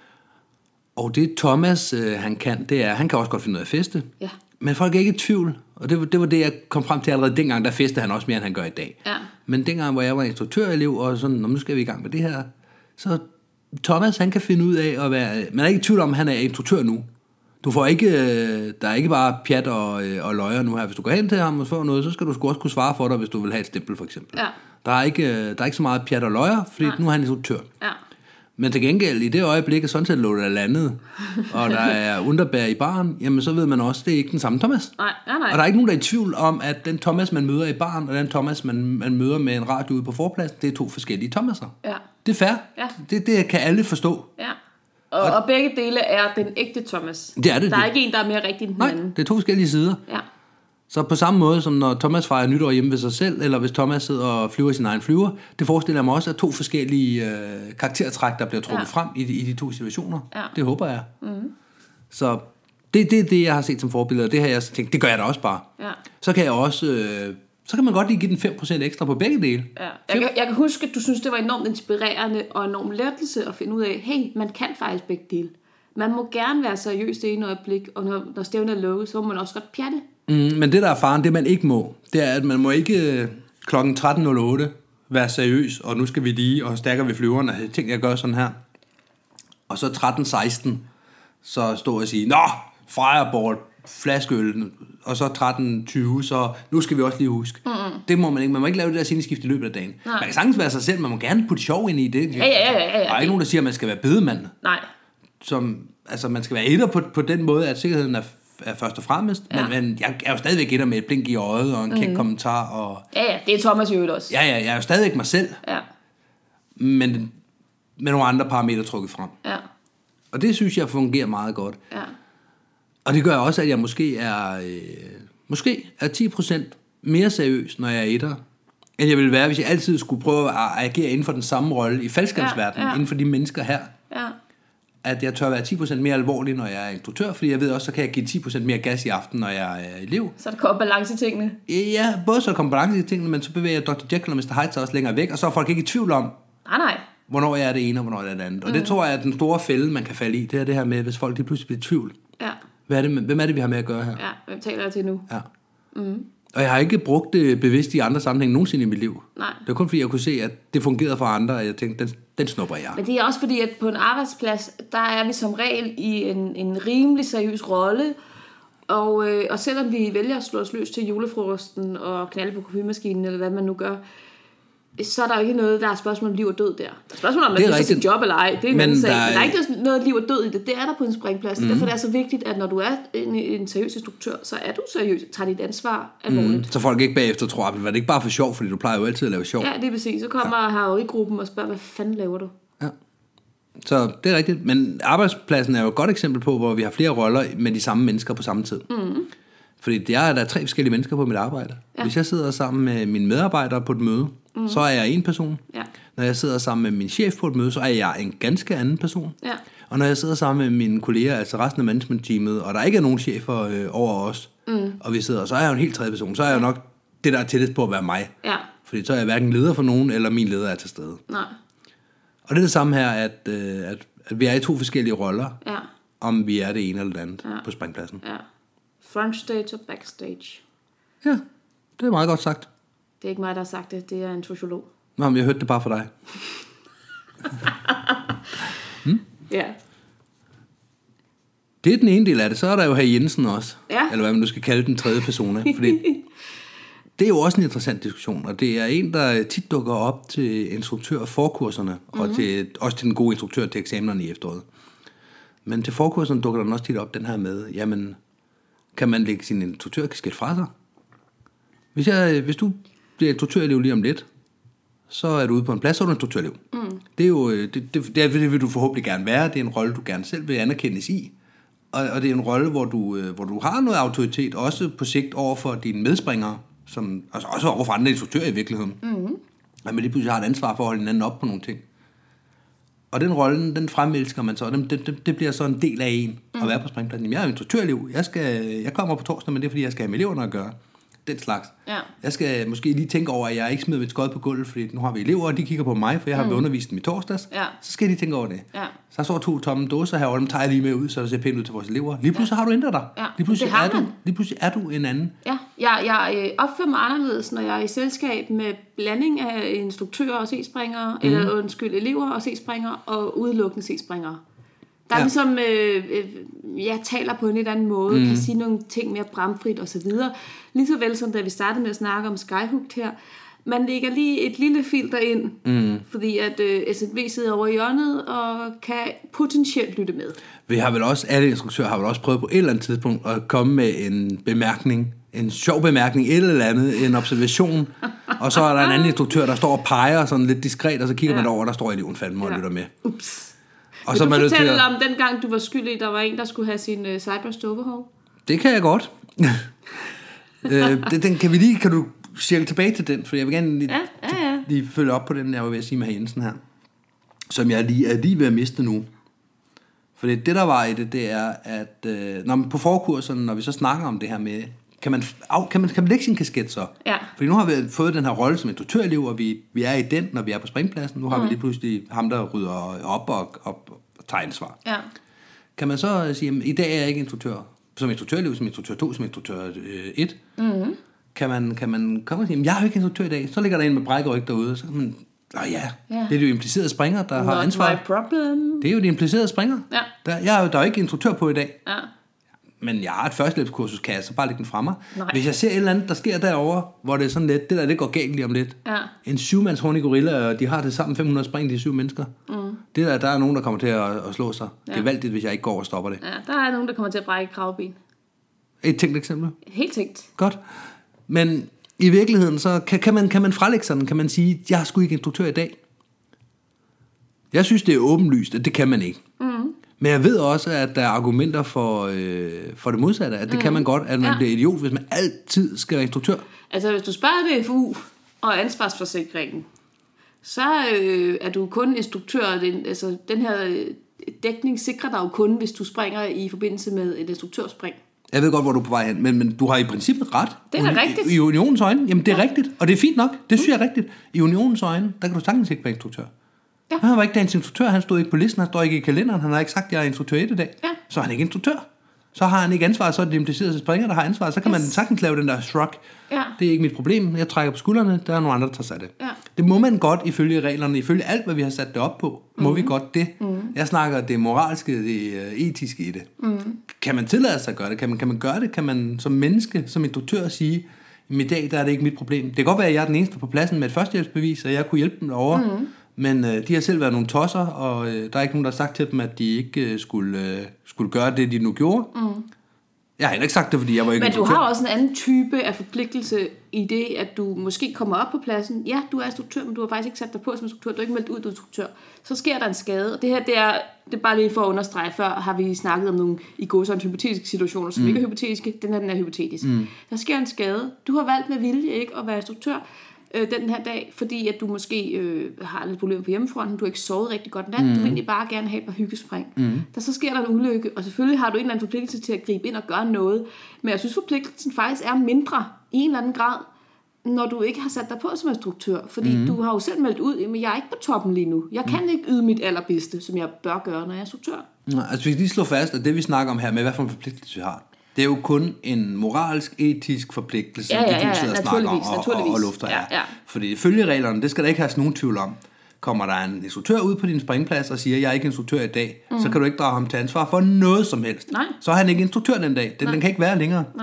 Og det Thomas, uh, han kan, det er, han kan også godt finde ud af at feste. Ja. Men folk er ikke i tvivl. Og det var, det var det, jeg kom frem til allerede dengang, der festede han også mere, end han gør i dag. Ja. Men dengang, hvor jeg var instruktørelev, og sådan, nu skal vi i gang med det her, så Thomas, han kan finde ud af at være... Man er ikke i tvivl om, at han er instruktør nu. Du får ikke... Der er ikke bare pjat og, og løjer nu her. Hvis du går hen til ham og får noget, så skal du sgu også kunne svare for dig, hvis du vil have et stempel, for eksempel. Ja. Der er ikke, der er ikke så meget pjat og løjer, fordi Nej. Nu er han instruktør. Ja. Men til gengæld, i det øjeblik, at sådan set lå der landet, og der er underbær i baren, jamen så ved man også, det er ikke den samme Thomas. Nej, nej, nej. Og der er ikke nogen, der er i tvivl om, at den Thomas, man møder i baren, og den Thomas, man, man møder med en radio ude på forpladsen, det er to forskellige Thomaser. Ja. Det er fair. Ja. Det, det kan alle forstå. Ja. Og, og, og begge dele er den ægte Thomas. Det er det. Der er det. ikke en, der er mere rigtig end den Nej, anden. det er to forskellige sider. Ja. Så på samme måde som når Thomas fejrer nytår hjemme ved sig selv, eller hvis Thomas sidder og flyver sin egen flyver, det forestiller jeg mig også, at to forskellige øh, karaktertræk, der bliver trukket ja. Frem i de, i de to situationer. Ja. Det håber jeg. Mm-hmm. Så det er det, det, jeg har set som forbillede, og det har jeg tænkt, det gør jeg da også bare. Ja. Så kan jeg også, øh, så kan man godt lige give den fem procent ekstra på begge dele. Ja. Jeg, kan, jeg kan huske, at du synes, det var enormt inspirerende og enormt lettelse at finde ud af, hey, man kan faktisk begge dele. Man må gerne være seriøs det ene øjeblik, og når, når stævnet er lukket, så må man også godt pjatte. Mm, men det der er faren, det man ikke må, det er, at man må ikke klokken tretten nul otte være seriøs, og nu skal vi lige, og stærker vi flyveren, og jeg tænker, jeg gør sådan her. Og så tretten seksten, så stå og sige, nå, fireball, flaskeøl, og så tretten tyve, så nu skal vi også lige huske. Mm-hmm. Det må man ikke. Man må ikke lave det der sceneskift i løbet af dagen. Nej. Man kan sagtens være sig selv, man må gerne putte sjov ind i det. Ja, ja, ja, ja, ja. Der er ikke nogen, der siger, at man skal være bedemand. Nej. Som, altså, man skal være etter på, på den måde, at sikkerheden er er først og fremmest, ja. men, men jeg er jo stadigvæk etter med et blink i øjet og en kæk mm. kommentar. Og... Ja, ja, det er Thomas jo også. Ja, ja, jeg er jo stadigvæk mig selv, ja. Men med nogle andre parametre trukket frem. Ja. Og det synes jeg fungerer meget godt. Ja. Og det gør også, at jeg måske er, øh, måske er ti procent mere seriøs, når jeg er etter, end jeg ville være, hvis jeg altid skulle prøve at agere inden for den samme rolle i faldskærmsverdenen, ja, ja. Inden for de mennesker her. Ja. at jeg tør være ti procent mere alvorlig, når jeg er instruktør, fordi jeg ved også, så kan jeg give ti procent mere gas i aften, når jeg er elev. Så der kommer balance i tingene? Ja, både så kommer balance i tingene, men så bevæger jeg doktor Jekyll og mister Hyde så også længere væk, og så er folk ikke i tvivl om, nej, nej. hvornår jeg er det ene, og hvornår jeg er det andet. Og mm. det tror jeg er den store fælde, man kan falde i, det er det her med, hvis folk de pludselig bliver i tvivl. Ja. Hvad er det, hvem er det, vi har med at gøre her? Ja, hvem taler jeg til nu? Ja. Mm. Og jeg har ikke brugt det bevidst i andre sammenhæng nogensinde i mit liv. Nej. Det var kun fordi, jeg kunne se, at det fungerede for andre, og jeg tænkte, den, den snupper jeg. Men det er også fordi, at på en arbejdsplads, der er vi som regel i en, en rimelig seriøs rolle, og, øh, og selvom vi vælger at slå os løs til julefrokosten og knalde på kopimaskinen, eller hvad man nu gør, så er der jo ikke noget, der er spørgsmål om liv og død der. Der er spørgsmål om, at man skal sit job eller ej. Det er en anden sag. Men der er ikke noget liv og død i det. Det er der på en springplads. Mm. Derfor er det så vigtigt, at når du er en, en seriøs instruktør, så er du seriøs. Tager dit ansvar alvorligt. Mm. Så folk ikke bagefter tror, at det var det ikke bare for sjov, fordi du plejer jo altid at lave sjov. Ja, det er præcis. Så kommer ja. Haverigruppen og spørger, hvad fanden laver du? Ja. Så det er rigtigt. Men arbejdspladsen er jo et godt eksempel på, hvor vi har flere roller med de samme mennesker på samme tid. Mm. Fordi der er der tre forskellige mennesker på mit arbejde. Ja. Hvis jeg sidder sammen med mine medarbejdere på et møde, mm. så er jeg en person. Ja. Når jeg sidder sammen med min chef på et møde, så er jeg en ganske anden person. Ja. Og når jeg sidder sammen med mine kolleger, altså resten af managementteamet, og der ikke er nogen chefer øh, over os, mm. og vi sidder, så er jeg jo en helt tredje person. Så er jeg jo nok det, der er tættest på at være mig. Ja. Fordi så er jeg hverken leder for nogen, eller min leder er til stede. Nej. Og det er det samme her, at, øh, at, at vi er i to forskellige roller, ja. Om vi er det ene eller det andet ja. På springpladsen. Ja. Frontstage og backstage. Ja, det er meget godt sagt. Det er ikke mig, der har sagt det. Det er en sociolog. Nå, men jeg hørte det bare for dig. hmm? Ja. Det er den ene del af det. Så er der jo her Jensen også. Ja. Eller hvad man nu skal kalde den tredje persona. Fordi det er jo også en interessant diskussion. Og det er en, der tit dukker op til instruktørforkurserne. Mm-hmm. Og til, også til den gode instruktør til eksamenerne i efteråret. Men til forkurserne dukker der også tit op den her med, jamen, kan man lægge sin instruktørkasket fra sig? Hvis, jeg, hvis du bliver instruktørelev lige om lidt, så er du ude på en plads, så er du instruktørelev. Mm. Det er jo det, det, det, det vil du forhåbentlig gerne være. Det er en rolle, du gerne selv vil anerkendes i. Og, og det er en rolle, hvor du, hvor du har noget autoritet, også på sigt over for dine medspringere, som, altså også over for andre instruktører i virkeligheden. Mm. Men lige pludselig har et ansvar for at holde hinanden op på nogle ting. Og den rolle, den fremelsker man så, det, det, det bliver så en del af en mm. at være på springpladsen. Jeg er jo instruktørelev. Jeg, skal, jeg kommer på torsdag, men det er, fordi jeg skal have med eleverne at gøre. Den slags. Ja. Jeg skal måske lige tænke over, at jeg ikke smider mit skød på gulvet, fordi nu har vi elever, og de kigger på mig, for jeg har mm. undervist dem i torsdags. Ja. Så skal de tænke over det. Ja. Så der står to tomme dåser her, og dem tager jeg lige med ud, så det ser pænt ud til vores elever. Lige pludselig ja. Har du ændret dig. Ja. Lige, pludselig er du, lige pludselig er du en anden. Ja, jeg, jeg opfører mig anderledes, når jeg er i selskab med blanding af instruktører og C-springere, mm. eller undskyld, elever og C-springere, og udelukkende C-springere. Der er ja. Ligesom, øh, øh, jeg taler på en lidt anden måde, mm. kan sige nogle ting mere bramfrit og så videre. Lige så vel som da vi startede med at snakke om Skyhooked her. Man lægger lige et lille filter ind, mm. fordi at øh, S N V sidder over i hjørnet og kan potentielt lytte med. Vi har vel også, alle instruktører har vel også prøvet på et eller andet tidspunkt at komme med en bemærkning, en sjov bemærkning, et eller andet, en observation, og så er der en anden instruktør, der står og peger sådan lidt diskret, og så kigger ja. Man over, og der står eleven fandme og ja. Lytter med. Ups. Og vil så du man fortælle at... om den gang, du var skyldig, der var en, der skulle have sin uh, sideburst overhaul? Det kan jeg godt. øh, det, den kan vi lige, kan du cirkle tilbage til den, for jeg vil gerne lige, ja, ja, ja. lige følge op på den, jeg var ved at sige med Jensen her, som jeg lige, er lige ved at miste nu. For det, det der var i det, det er, at øh, når man på forkurserne, når vi så snakker om det her med, kan man, kan man, kan man lægge sin kasket så? Ja. Fordi nu har vi fået den her rolle som instruktørelev, og vi, vi er i den, når vi er på springpladsen. Nu har mm. vi lige pludselig ham, der rydder op og, op og tager ansvar. Ja. Kan man så sige, at i dag er jeg ikke instruktør, som instruktørelev, som instruktør to, som instruktør et. Mm. Kan man, kan man komme og sige, at jeg er jo ikke instruktør i dag. Så ligger der en med brækkeryg derude, så kan man, nå ja, ja, det er jo implicerede springer, der Not har ansvar. Det er jo de implicerede springer. Ja. Der, jeg er jo der er ikke instruktør på i dag. Ja. Men jeg har et førstehjælpskursus, kan jeg så bare lægge den fra mig. Nej. Hvis jeg ser et eller andet, der sker derovre, hvor det er sådan lidt, det der, det går galt lige om lidt. Ja. En syvmands hornig gorilla, og de har det sammen fem hundrede spring, de syv mennesker. Mm. Det der, der er nogen, der kommer til at, at slå sig. Ja. Gevaldigt, hvis jeg ikke går og stopper det. Ja, der er nogen, der kommer til at brække kravben. Et tænkt eksempel? Helt tænkt. Godt. Men i virkeligheden, så kan, kan, man, kan man frelægge sådan, kan man sige, jeg er sgu ikke instruktør i dag. Jeg synes, det er åbenlyst, at det kan man ikke. Mm. Men jeg ved også, at der er argumenter for, øh, for det modsatte, at det mm. kan man godt, at man ja. Bliver idiot, hvis man altid skal være instruktør. Altså, hvis du spørger D F U og ansvarsforsikringen, så øh, er du kun instruktør, den, altså den her dækning sikrer dig jo kun, hvis du springer i forbindelse med et instruktørspring. Jeg ved godt, hvor du er på vej hen, men, men du har i princippet ret. Det er rigtigt. I, I unionens øjne, jamen det er ja. rigtigt, og det er fint nok. Det synes jeg er rigtigt. I unionens øjne, der kan du sagtens ikke være instruktør. Ja. Han var ikke dagens instruktør, han stod ikke på listen, han står ikke i kalenderen, han har ikke sagt, at jeg er instruktør i dag. Ja. Så er han ikke instruktør. Så har han ikke ansvar, så er det implicerede springer, der har ansvar. Så kan yes. man sagtens lave den der shrug. Ja. Det er ikke mit problem. Jeg trækker på skuldrene, der er nogle andre, der tager sig af det. Ja. Det må man godt ifølge reglerne, ifølge alt, hvad vi har sat det op på. Mm. Må vi godt det. Mm. Jeg snakker det moralske, det etiske i det. Mm. Kan man tillade sig at gøre det? Kan man, kan man gøre det? Kan man som menneske, som instruktør sige, i dag der er det ikke mit problem. Det kan godt være, at jeg er den eneste på pladsen med et førstehjælpsbevis, og jeg kunne hjælpe dem derovre. Mm. Men øh, de har selv været nogle tosser, og øh, der er ikke nogen, der har sagt til dem, at de ikke øh, skulle, øh, skulle gøre det, de nu gjorde. Mm. Jeg har heller ikke sagt det, fordi jeg var ikke Men du har også en anden type af forpligtelse i det, at du måske kommer op på pladsen. Ja, du er instruktør, men du har faktisk ikke sat dig på som instruktør. Du har ikke meldt ud, du er instruktør. Så sker der en skade. Og det her, det er, det er bare lige for at understrege. Før har vi snakket om nogle i gåsøjne hypotetiske situationer, som mm. ikke er hypotetiske. Den her, den er hypotetisk. Mm. Der sker en skade. Du har valgt med vilje ikke at være instruktør øh, den her dag, fordi at du måske øh, har lidt problemer på hjemmefronten. Du har ikke sovet rigtig godt nat. Mm. Du vil egentlig bare gerne have et par hyggespring. Mm. Der så sker der en ulykke, og selvfølgelig har du en eller anden forpligtelse til at gribe ind og gøre noget. Men jeg synes, forpligtelsen faktisk er mindre i en eller anden grad, når du ikke har sat dig på som instruktør. Fordi mm. du har jo selv meldt ud, at jeg er ikke på toppen lige nu. Jeg kan mm. ikke yde mit allerbedste, som jeg bør gøre, når jeg er instruktør. Nej, altså vi kan lige slå fast, at det vi snakker om her med, hvad for en forpligtelse vi har, det er jo kun en moralsk, etisk forpligtelse, ja, ja, ja, det du sidder og snakker om og, og, og lufter her. Ja, ja. Fordi ifølge reglerne, det skal der ikke have nogen tvivl om. Kommer der en instruktør ud på din springplads og siger, jeg er ikke instruktør i dag, mm. så kan du ikke drage ham til ansvar for noget som helst. Nej. Så er han ikke instruktør den dag. Den, den kan ikke være længere. Nej.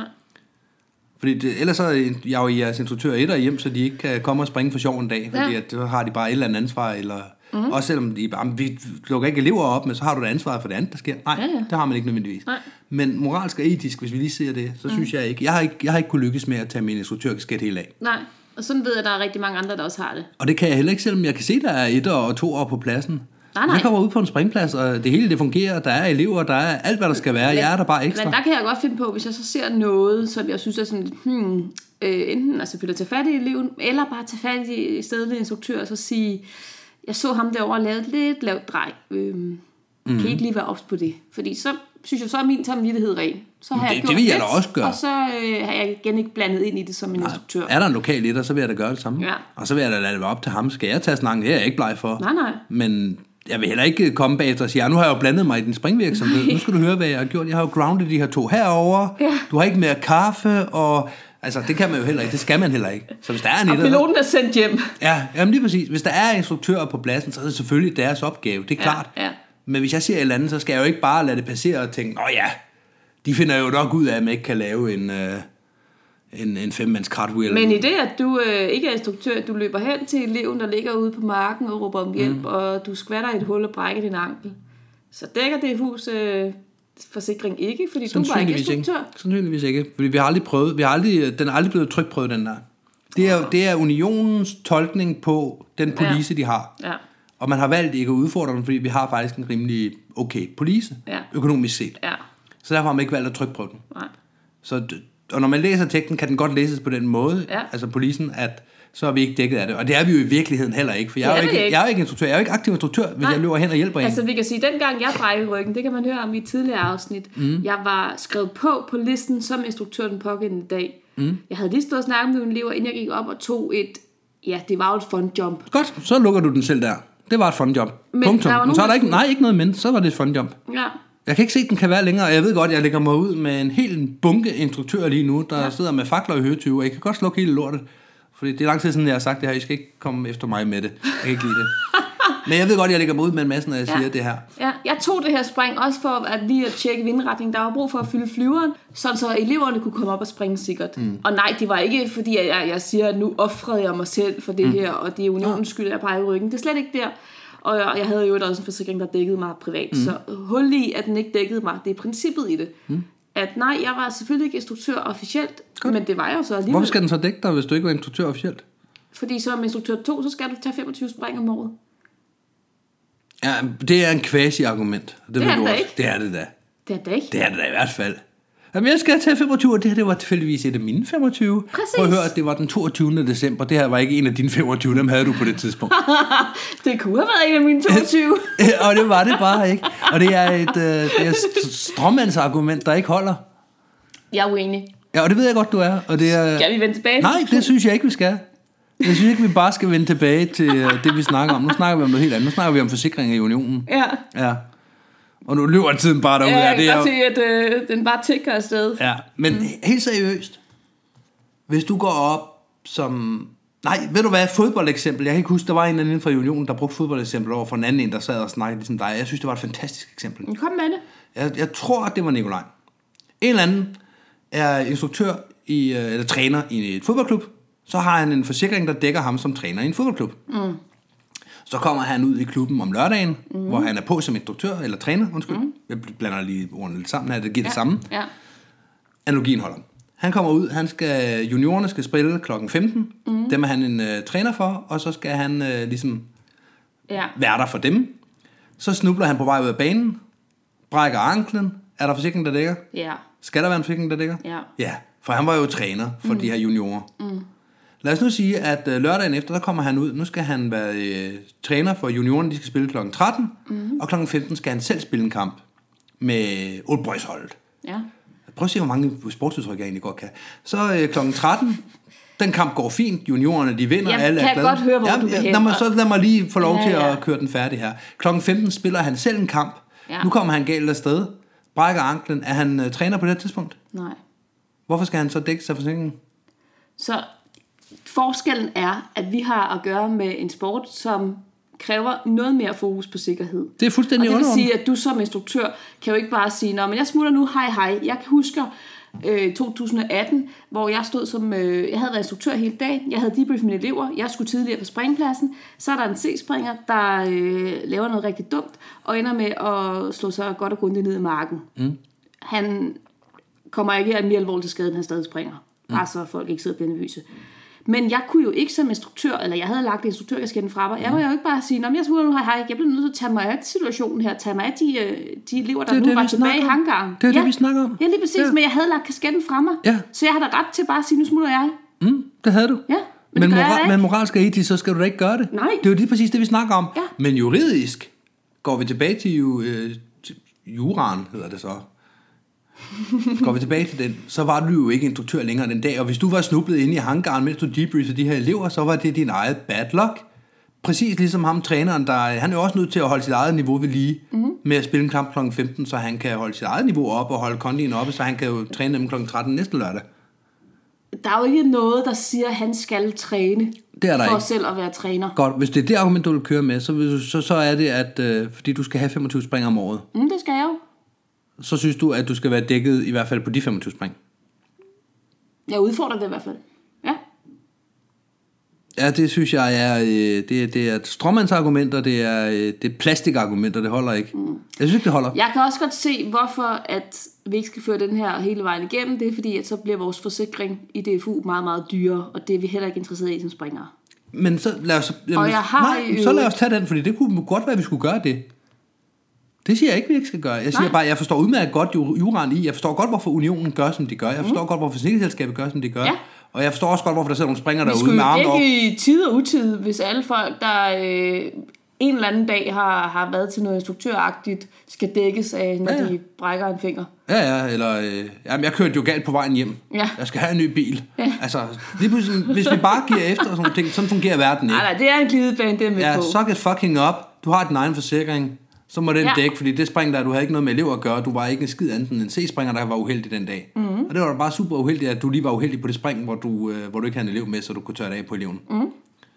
Fordi det, ellers så er jeg jo i jeres instruktør etter hjem, så de ikke kan komme og springe for sjov en dag, fordi ja. at, så har de bare et eller andet ansvar, eller mm. også selvom de bare, vi lukker ikke elever op, men så har du et ansvar for det andet, der sker. Nej, ja, ja. det har man ikke nødvendigvis. Nej. Men moralsk og etisk, hvis vi lige ser det, så mm. synes jeg ikke, jeg har ikke, jeg har ikke kunne lykkes med at tage min instruktørkasket helt af. Nej, og sådan ved jeg, at der er rigtig mange andre, der også har det. Og det kan jeg heller ikke, selvom jeg kan se, at der er etter og toer på pladsen. Nej, nej. Jeg kommer ud på en springplads, og det hele det fungerer, der er elever, der er alt, hvad der skal være, men, jeg er der bare ekstra. Men der kan jeg godt finde på, hvis jeg så ser noget, som jeg synes er sådan, hmm, øh, enten altså selvfølgelig tage fat i eleven, eller bare tage fat i stedlig instruktør, og så sige, jeg så ham derovre lave et lidt lavt drej. Øhm, mm. Kan I ikke lige være ops på det? Fordi så synes jeg, så er min samvittighed ren. Så har det, jeg gjort det vil jeg da også gøre. Og så øh, har jeg igen ikke blandet ind i det som en nej, instruktør. Er der en lokal etter, så vil jeg da gøre det samme. Ja. Og så vil jeg da lade det være op til ham. Skal jeg tage snakken? Det er jeg ikke bleg for. Nej, nej. Men jeg vil heller ikke komme bagefter og sige, ja, nu har jeg jo blandet mig i din springvirksomhed. Nej. Nu skal du høre, hvad jeg har gjort. Jeg har jo grounded de her to herover. Ja. Du har ikke mere kaffe, og altså, det kan man jo heller ikke. Det skal man heller ikke. Så hvis der er en og etter, piloten er sendt hjem. Ja, jamen lige præcis. Hvis der er instruktører på pladsen, så er det selvfølgelig deres opgave. Det er klart. Ja, ja. Men hvis jeg siger et eller andet, så skal jeg jo ikke bare lade det passere og tænke, nå ja, de finder jo nok ud af, at man ikke kan lave en, øh, en, en femmands cartwheel. Men i det, at du øh, ikke er instruktør, du løber hen til eleven, der ligger ude på marken og råber om hjælp, mm. og du skvatter i et hul og brækker din ankel, så dækker det hus øh, forsikring ikke, fordi du var ikke instruktør. Ikke. Sandsynligvis ikke, fordi vi har aldrig prøvet, vi har aldrig, den er aldrig blevet trykprøvet, den der. Det er, det er unionens tolkning på den police, ja. de har. Ja. Og man har valgt ikke at udfordre den, fordi vi har faktisk en rimelig okay police, ja. økonomisk set. Ja. Så derfor har man ikke valgt at trykprøve den. Nej. Så, og når man læser teksten, kan den godt læses på den måde, ja. altså policen, at så er vi ikke dækket af det. Og det er vi jo i virkeligheden heller ikke, for jeg er, er, ikke, ikke. jeg er jo ikke instruktør, jeg er jo ikke aktiv instruktør, hvis Nej. jeg løber hen og hjælper en. Altså vi kan sige, at dengang jeg brækkede ryggen, det kan man høre om i et tidligere afsnit, mm. jeg var skrevet på på listen som instruktør den pågældende dag. Mm. Jeg havde lige stået og snakket med mine elever, inden jeg gik op og tog et, ja, det var jo et fun jump. Godt, så lukker du den selv der. Det var et fun jump. Men punktum. Men så er der ikke, nej, ikke noget men, så var det et fun jump. Ja. Jeg kan ikke se, at den kan være længere, og jeg ved godt, at jeg lægger mig ud med en hel bunke instruktører lige nu, der ja. sidder med fakler i høretyve, og jeg kan godt slukke hele lortet. Fordi det er lang tid siden, jeg har sagt det her, I skal ikke komme efter mig med det. Jeg kan ikke lide det. Men jeg ved godt, at jeg lægger mig ud med en masse, når jeg ja. siger det her. Ja, jeg tog det her spring også for at lige at tjekke vindretning. Der var brug for at fylde flyveren, sådan så eleverne kunne komme op og springe sikkert. Mm. Og nej, det var ikke fordi, jeg, jeg siger, at nu offrede jeg mig selv for det mm. her, og det er unionens skyld, at jeg peger i ryggen. Det er slet ikke der. Og jeg, jeg havde jo også en forsikring, der dækkede mig privat. Mm. Så hul i, at den ikke dækkede mig. Det er princippet i det. Mm. At nej, jeg var selvfølgelig ikke instruktør officielt, God. men det var jeg jo så alligevel. Hvorfor skal den så dække dig, hvis du ikke var instruktør officielt? Fordi som instruktør to, så skal du tage femogtyve spring om året. Ja, det er en quasi-argument. Det, det er det også. ikke. Det er det da. Det er det ikke. Det er det da i hvert fald. Jamen, jeg skal tage femogtyve, og det her det var tilfældigvis et af mine femogtyve. Præcis. Prøv at høre, at det var den toogtyvende december. Det her var ikke en af dine femogtyve, dem havde du på det tidspunkt. Det kunne have været en af mine toogtyve. Og det var det bare ikke. Og det er et, øh, det er et stråmandsargument, der ikke holder. Jeg er uenig. Ja, og det ved jeg godt, du er. Og det er... Skal vi vende tilbage? Nej, det synes jeg ikke, vi skal. Jeg synes ikke, vi bare skal vende tilbage til det, vi snakker om. Nu snakker vi om noget helt andet. Nu snakker vi om forsikring i unionen. Ja. Ja. Og nu løber tiden bare derude. Ja, jeg det kan er godt jo... se, at øh, den bare tikker afsted. Ja, men mm. helt seriøst. Hvis du går op som... Nej, ved du hvad, fodboldeksempel. Jeg kan ikke huske, der var en anden fra unionen, der brugte fodboldeksempel over for en anden en, der sad og snakkede ligesom dig. Jeg synes, det var et fantastisk eksempel. Kom med det. Jeg, jeg tror, at det var Nikolaj. En eller anden er instruktør i, eller træner i et fodboldklub. Så har han en forsikring, der dækker ham som træner i en fodboldklub. Mm. Så kommer han ud i klubben om lørdagen, mm. hvor han er på som instruktør, eller træner, undskyld. Mm. Jeg blander lige ordene lidt sammen her, det giver ja. det samme. Ja. Analogien holder. Han kommer ud, han skal, juniorerne skal spille klokken femten. Mm. Dem er han en uh, træner for, og så skal han uh, ligesom ja. være der for dem. Så snubler han på vej ud af banen, brækker anklen. Er der forsikring, der dækker? Ja. Skal der være en forsikring, der dækker? Ja. Ja, for han var jo træner for mm. de her juniorer. Mm. Lad os nu sige, at øh, lørdagen efter, der kommer han ud. Nu skal han være øh, træner for juniorerne, de skal spille klokken tretten. Mm. Og klokken femten skal han selv spille en kamp med Old Boys-holdet. Ja. Prøv at se, hvor mange sportsudtryk jeg egentlig godt kan. Så øh, klokken tretten, den kamp går fint. Juniorerne, de vinder, jeg alle er glade. Jeg kan godt høre, hvor ja, du vil hen. lad mig, så lad mig lige få lov ja, til at ja. køre den færdig her. klokken femten spiller han selv en kamp. Ja. Nu kommer han galt afsted. Brækker anklen. Er han øh, træner på det tidspunkt? Nej. Hvorfor skal han så dække sig forsikringen? Så forskellen er, at vi har at gøre med en sport, som kræver noget mere fokus på sikkerhed. Det er fuldstændig underordnet. Og det vil underordnet. sige, at du som instruktør kan jo ikke bare sige, nå, men jeg smutter nu, hej hej. Jeg kan huske øh, to tusind atten, hvor jeg stod som, øh, jeg havde været instruktør hele dagen, jeg havde debriefet mine elever, jeg skulle tidligere på springpladsen, så er der en C-springer, der øh, laver noget rigtig dumt, og ender med at slå sig godt og grundigt ned i marken. Mm. Han kommer ikke af mere alvorligt til skade, end han stadig springer. Bare mm. så folk ikke sidder nervøse. Men jeg kunne jo ikke som instruktør, eller jeg havde lagt instruktørkasketten fra mig, jeg kunne jo ikke bare sige, nå, men jeg smutter nu, hej, hej, jeg bliver nødt til at tage mig af situationen her, tage mig af de, de elever, der det nu det, var tilbage i hangaren. Det er ja. det, vi snakker om. Ja, lige præcis, ja. Men jeg havde lagt kasketten fra mig, ja. så jeg har da ret til bare at sige, nu smutter jeg. Mm, det havde du. Ja, men, men, det moral, men moralsk og etisk, så skal du da ikke gøre det. Nej. Det er jo lige præcis det, vi snakker om. Ja. Men juridisk, går vi tilbage til, ju, øh, til juraen, hedder det så. Går vi tilbage til den, så var du jo ikke instruktør længere den dag, og hvis du var snublet inde i hangaren, mens du debriefede de her elever, så var det din eget bad luck. Præcis ligesom ham, træneren, der, han er jo også nødt til at holde sit eget niveau ved lige, mm-hmm. med at spille en kamp klokken femten, så han kan holde sit eget niveau op og holde kondien oppe, så han kan jo træne dem klokken tretten næste lørdag. Der er jo ikke noget, der siger, at han skal træne det er der for ikke. selv at være træner. Godt, hvis det er det argument, du vil køre med, så, så, så er det, at øh, fordi du skal have femogtyve spring om året. Mm, det skal jeg jo. Så synes du, at du skal være dækket i hvert fald på de femogtyve spring? Jeg udfordrer det i hvert fald. Ja. Ja, det synes jeg er, det, det er et stråmandsargument, og det er, det er plastikargumenter, det holder ikke. Mm. Jeg synes ikke, det holder. Jeg kan også godt se, hvorfor at vi ikke skal føre den her hele vejen igennem. Det er fordi, at så bliver vores forsikring i D F U meget, meget dyrere, og det er vi heller ikke interesseret i som springere. Men så lad os, jamen, og jeg har nej, så lad os tage den, fordi det kunne godt være, at vi skulle gøre det. Det siger jeg ikke, vi ikke skal gøre. Jeg siger Nej. bare, jeg forstår udmærket godt juraen i. Jeg forstår godt, hvorfor unionen gør, som de gør. Jeg forstår mm. godt, hvorfor forsikringsselskabet gør, som de gør. Ja. Og jeg forstår også godt, hvorfor der sidder nogle springer derude med armen op. Vi skulle ikke i tid og utid, hvis alle folk, der øh, en eller anden dag har, har været til noget instruktøragtigt, skal dækkes af, når ja, ja. de brækker en finger. Ja, ja, eller øh, jamen, jeg kørte jo galt på vejen hjem. Ja. Jeg skal have en ny bil. Ja. Altså, lige pludselig, hvis vi bare giver efter og sådan nogle ting, sådan fungerer verden ikke. Nej, nej, det er en glidebane, det er med ja, på. Ja, suck it fucking up. Du har din egen forsikring. Så må den ja. dække, fordi det spring der, du havde ikke noget med elever at gøre. Du var ikke en skid andet end en C-springer, der var uheldig den dag. Mm-hmm. Og det var bare super uheldigt, at du lige var uheldig på det spring, hvor du, øh, hvor du ikke havde en elev med, så du kunne tørre det af på eleven. Mm.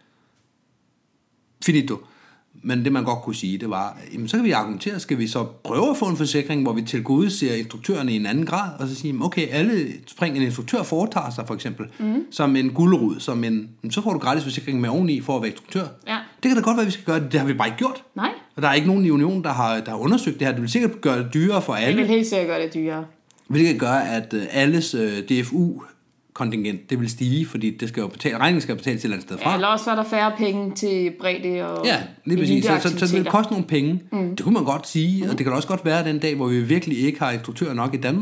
Finito. Men det man godt kunne sige, det var, jamen, så kan vi argumentere, skal vi så prøve at få en forsikring, hvor vi tilgodeser instruktørerne i en anden grad, og så sige, okay, alle spring en instruktør foretager sig for eksempel, mm. som en gulerod, som en, så får du gratis forsikring med oveni for at være instruktør. Ja. Det kan da godt være, vi skal gøre det, det har vi bare ikke gjort. Nej. Og der er ikke nogen i unionen, der har, der har undersøgt det her. Det vil sikkert gøre det dyrere for alle. Det vil helt sikkert gøre det dyrere. Hvilket gør, at alles uh, D F U kontingent, det vil stige, fordi det skal jo betale, regningen skal betales til et eller andet sted fra. Ja, eller også er der færre penge til bredde og ja, lige præcis. Så, så, så det vil koste nogle penge. Mm. Det kunne man godt sige, mm. og det kan også godt være den dag, hvor vi virkelig ikke har instruktører nok i Danmark,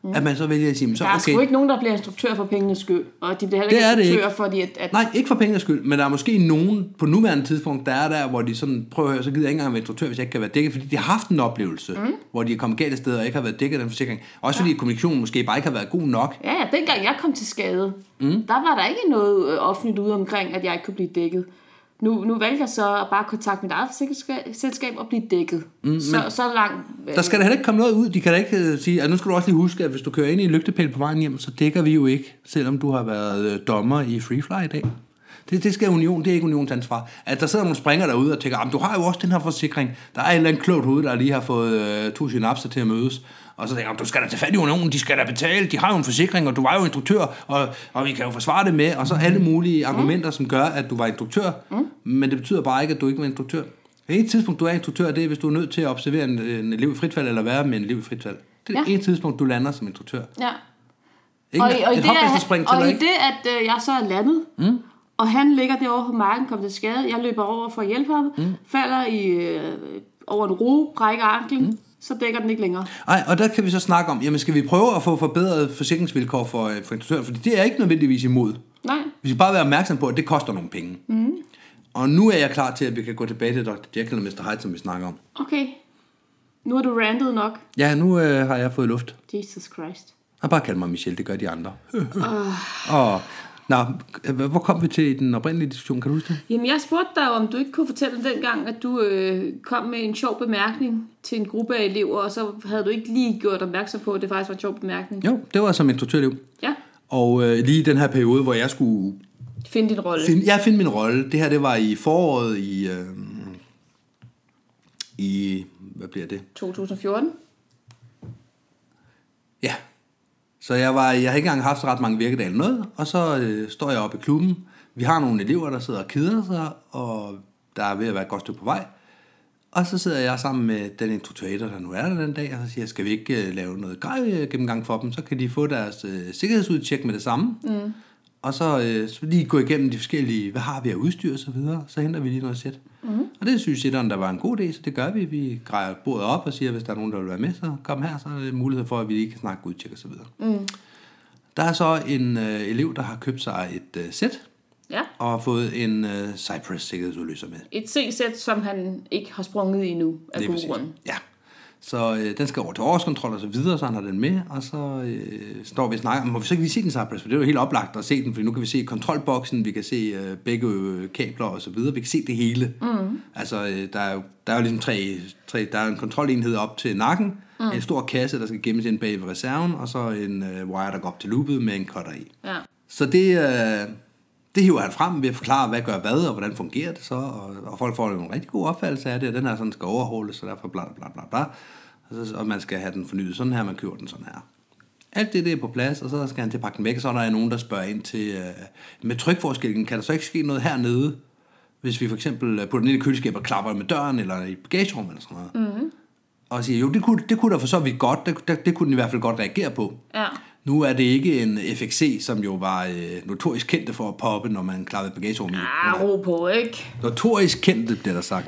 Mm. At man så vælger at sige, så der er okay. sgu ikke nogen, der bliver instruktør for pengenes skyld. Og de bliver heller ikke det instruktør, ikke. fordi at, at... Nej, ikke for pengenes skyld, men der er måske nogen på nuværende tidspunkt, der er der, hvor de sådan, prøver at høre, så gider jeg ikke engang være instruktør, hvis jeg ikke kan være dækket, fordi de har haft en oplevelse, mm. hvor de er kommet galt af sted og ikke har været dækket af den forsikring. Også fordi ja. kommunikationen måske bare ikke har været god nok. Ja, ja, dengang jeg kom til skade, mm. der var der ikke noget offentligt ude omkring, at jeg ikke kunne blive dækket. Nu, nu valgte jeg så at bare kontakte mit eget forsikringsselskab og blive dækket. Mm, så, så langt... Øh... Der skal der heller ikke komme noget ud. De kan da ikke sige, at nu skal du også lige huske, at hvis du kører ind i en lygtepæl på vejen hjem, så dækker vi jo ikke, selvom du har været dommer i Freefly i dag. Det, det skal Union, det er ikke Unions ansvar. At der sidder nogle springer derude og tænker, du har jo også den her forsikring. Der er et eller andet klogt hoved, der lige har fået øh, to synapser til at mødes. Og så tænker jeg, du skal da tage fat i Unionen, de skal da betale, de har jo en forsikring, og du var jo instruktør, og, og vi kan jo forsvare det med, og så alle mulige argumenter, som gør, at du var instruktør, mm. men det betyder bare ikke, at du ikke var instruktør. Det ene tidspunkt, du er instruktør, det er, hvis du er nødt til at observere en, en elev i fritfald, eller være med en elev i fritfald. Det er ja. det ene tidspunkt, du lander som instruktør. Ja. Ikke? Og, i, og, i det, at, og i ikke? det, at øh, jeg så er landet, mm. og han ligger derovre på marken, kommer til skade, jeg løber over for at hjælpe ham, mm. falder i, øh, over en rue, brækker anklen, mm. så dækker den ikke længere. Nej, og der kan vi så snakke om, jamen skal vi prøve at få forbedret forsikringsvilkår for, for instruktører, fordi det er ikke nødvendigvis imod. Nej. Vi skal bare være opmærksom på, at det koster nogle penge. Mm. Og nu er jeg klar til, at vi kan gå tilbage til doktor Jekyll og mister Hyde, som vi snakker om. Okay. Nu er du randet nok. Ja, nu øh, har jeg fået luft. Jesus Christ. Og bare kald mig Michelle, det gør de andre. uh. og, nå, hvor kom vi til i den oprindelige diskussion, kan du huske det? Jamen, jeg spurgte dig, om du ikke kunne fortælle dengang, at du øh, kom med en sjov bemærkning til en gruppe af elever, og så havde du ikke lige gjort opmærksom på, at det faktisk var en sjov bemærkning. Jo, det var som instruktørelev. Ja. Og øh, lige i den her periode, hvor jeg skulle... Finde din rolle. Find, ja, finde min rolle. Det her, det var i foråret i... Øh, i... Hvad bliver det? to tusind og fjorten. Ja. Så jeg var, jeg har ikke engang haft ret mange virkedage eller noget, og så øh, står jeg oppe i klubben. Vi har nogle elever, der sidder og keder sig, og der er ved at være et godt stykke på vej. Og så sidder jeg sammen med den instruktør, der nu er der den dag, og så siger jeg, skal vi ikke øh, lave noget grej gennemgang for dem, så kan de få deres øh, sikkerhedsudtjek med det samme. Mm. Og så, øh, så lige gå igennem de forskellige, hvad har vi af udstyr og så videre, så henter vi lige noget sæt. Mm. Og det synes sitteren, der var en god idé, så det gør vi. Vi grejer bordet op og siger, hvis der er nogen, der vil være med, så kom her, så er det mulighed for, at vi lige kan snakke udtjek og så videre. Mm. Der er så en øh, elev, der har købt sig et øh, sæt, ja. Og har fået en øh, Cypress sikkerhedsudløser med. Et C-sæt, som han ikke har sprunget i endnu, af god grund. Ja. Så øh, den skal over til årskontrol og så videre, så han har den med, og så øh, står vi og snakker, må vi så ikke lige se den Cypress, for det er jo helt oplagt at se den, for nu kan vi se kontrolboksen, vi kan se øh, begge øh, kabler og så videre, vi kan se det hele. Mm. Altså, øh, der er jo der er jo ligesom tre, tre, der er en kontrolenhed op til nakken, mm. en stor kasse, der skal gemmes ind bag ved reserven, og så en øh, wire, der går op til loopet med en cutter i. Ja. Så det... Øh, Det hiver han frem ved at forklare, hvad gør hvad, og hvordan fungerer det så, og, og folk får en rigtig god opfattelse af det, og den her sådan skal overholdes, så derfor bla bla bla bla, og, så, og man skal have den fornyet sådan her, man køber den sådan her. Alt det, det er på plads, og så skal han til at pakke den væk, og så er der nogen, der spørger ind til, øh, med trykforskellen, kan der så ikke ske noget hernede, hvis vi for eksempel putter den ind i køleskabet og klapper med døren, eller i bagagerummet, eller sådan noget. Mm-hmm. Og siger, jo, det kunne, det kunne der for så vidt godt, det, det, det kunne den i hvert fald godt reagere på. Ja. Nu er det ikke en F X C, som jo var øh, notorisk kendte for at poppe, når man klappede bagagerummet i. Ah, ro på, ikke? Notorisk kendte, bliver der sagt.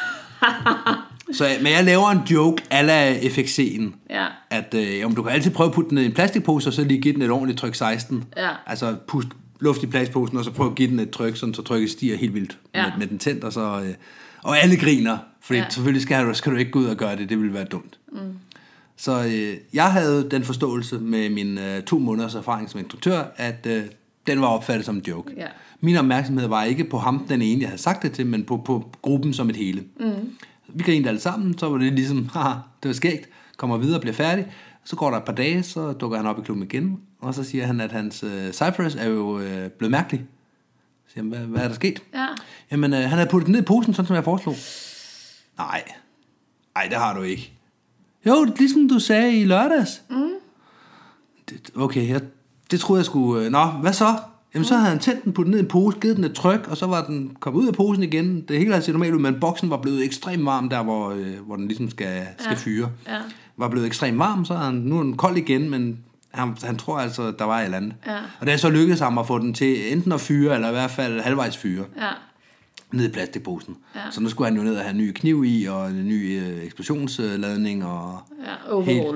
Så, men jeg laver en joke a la F X C'en. Ja. At øh, jamen, du kan altid prøve at putte den i en plastikpose, og så lige give den et ordentligt tryk seksten. Ja. Altså pust luft i plastikposen, og så prøve at give den et tryk, sådan, så trykket stiger helt vildt ja. med, med den tændt. Og, så, øh, og alle griner, fordi ja. selvfølgelig skal du, skal du ikke gå ud og gøre det, det ville være dumt. Mm. Så øh, jeg havde den forståelse med min øh, to måneders erfaring som instruktør, at øh, den var opfattet som en joke. Yeah. Min opmærksomhed var ikke på ham, den ene, jeg havde sagt det til, men på, på gruppen som et hele. Mm. Vi grinede alle sammen, så var det ligesom, haha, det var skægt, kommer videre og bliver færdig. Så går der et par dage, så dukker han op i klubben igen, og så siger han, at hans øh, Cypress er jo øh, blevet mærkelig. Så siger han, hvad, hvad er der sket? Ja. Jamen, øh, han havde puttet den ned i posen, sådan som jeg foreslog. Nej, nej, det har du ikke. Jo, ligesom du sagde i lørdags. Mm. Det, okay, jeg, det troede jeg skulle... Nå, hvad så? Jamen, så havde han tændt den, puttet ned i en pose, givet den et tryk, og så var den kommet ud af posen igen. Det hele havde set normalt ud, men boksen var blevet ekstremt varm, der hvor, øh, hvor den ligesom skal, skal ja. fyre. Ja. Var blevet ekstremt varm, så er han, nu er den kold igen, men han, han tror altså, der var et eller andet. Ja. Og det er så lykkedes ham at få den til enten at fyre, eller i hvert fald halvvejs fyre. Ja. Ned i plastikposen. Ja. Så nu skulle han jo ned og have en ny kniv i, og en ny øh, eksplosionsladning, og... Ja, overall.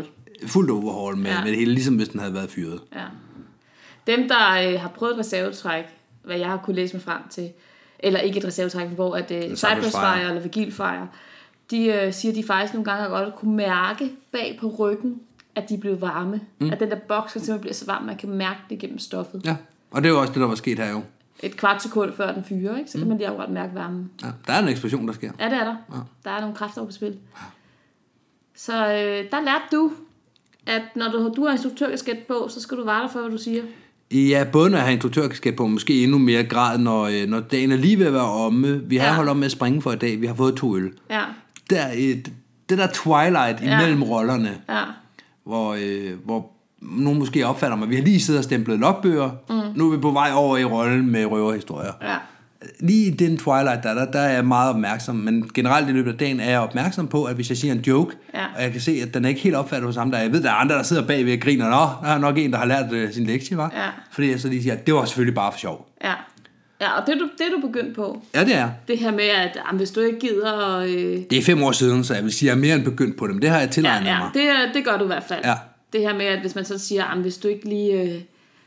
fuldt overhaul med, ja. med det hele, ligesom hvis den havde været fyret. Ja. Dem, der øh, har prøvet et reservetræk, hvad jeg har kunne læse mig frem til, eller ikke et reservetræk, hvor at øh, Cypress Fire eller Vigil Fire, de øh, siger, at de faktisk nogle gange har godt kunne mærke bag på ryggen, at de blev varme. Mm. At den der boks simpelthen bliver så varm, man kan mærke det gennem stoffet. Ja, og det er jo også det, der var sket her jo. Et kvart sekund før den fyrer, ikke? Så kan mm. man lige akkurat mærke varmen. Ja, der er en eksplosion, der sker. Ja, det er der. Ja. Der er nogle kræfter på spil. Ja. Så øh, der lærte du, at når du, du har instruktørkasket på, så skal du vare dig for, hvad du siger. Ja, både når jeg har instruktørkasket på, måske endnu mere grad, når, når dagen er lige ved at være omme. Vi har ja. holdt op med at springe for i dag. Vi har fået to øl. Ja. Der, et, det der twilight ja. imellem rollerne, ja. hvor, øh, hvor nogen måske opfatter mig. Vi har lige siddet og stemplet logbøger. Mm. Nu er vi på vej over i rollen med røverhistorier. Ja. Lige i den twilight, der, der, der er jeg meget opmærksom. Men generelt i løbet af dagen er jeg opmærksom på, at hvis jeg siger en joke, ja. og jeg kan se, at den er ikke helt opfattet hos ham, der jeg ved, der er andre, der sidder bagved og griner. Nå, der er nok en, der har lært øh, sin lektie, var. Ja. Fordi jeg så lige siger, at det var selvfølgelig bare for sjov. Ja. Ja, og det er, du, det er du begyndt på. Ja, det er. Det her med, at jamen, hvis du ikke gider... Øh... Det er fem år siden, så jeg vil sige, at jeg er mere end begyndt på dem. Det har jeg tilegnet ja, ja. mig. Det, det gør du i hvert fald. Ja. Det her med, at hvis man så siger, at hvis du ikke lige øh,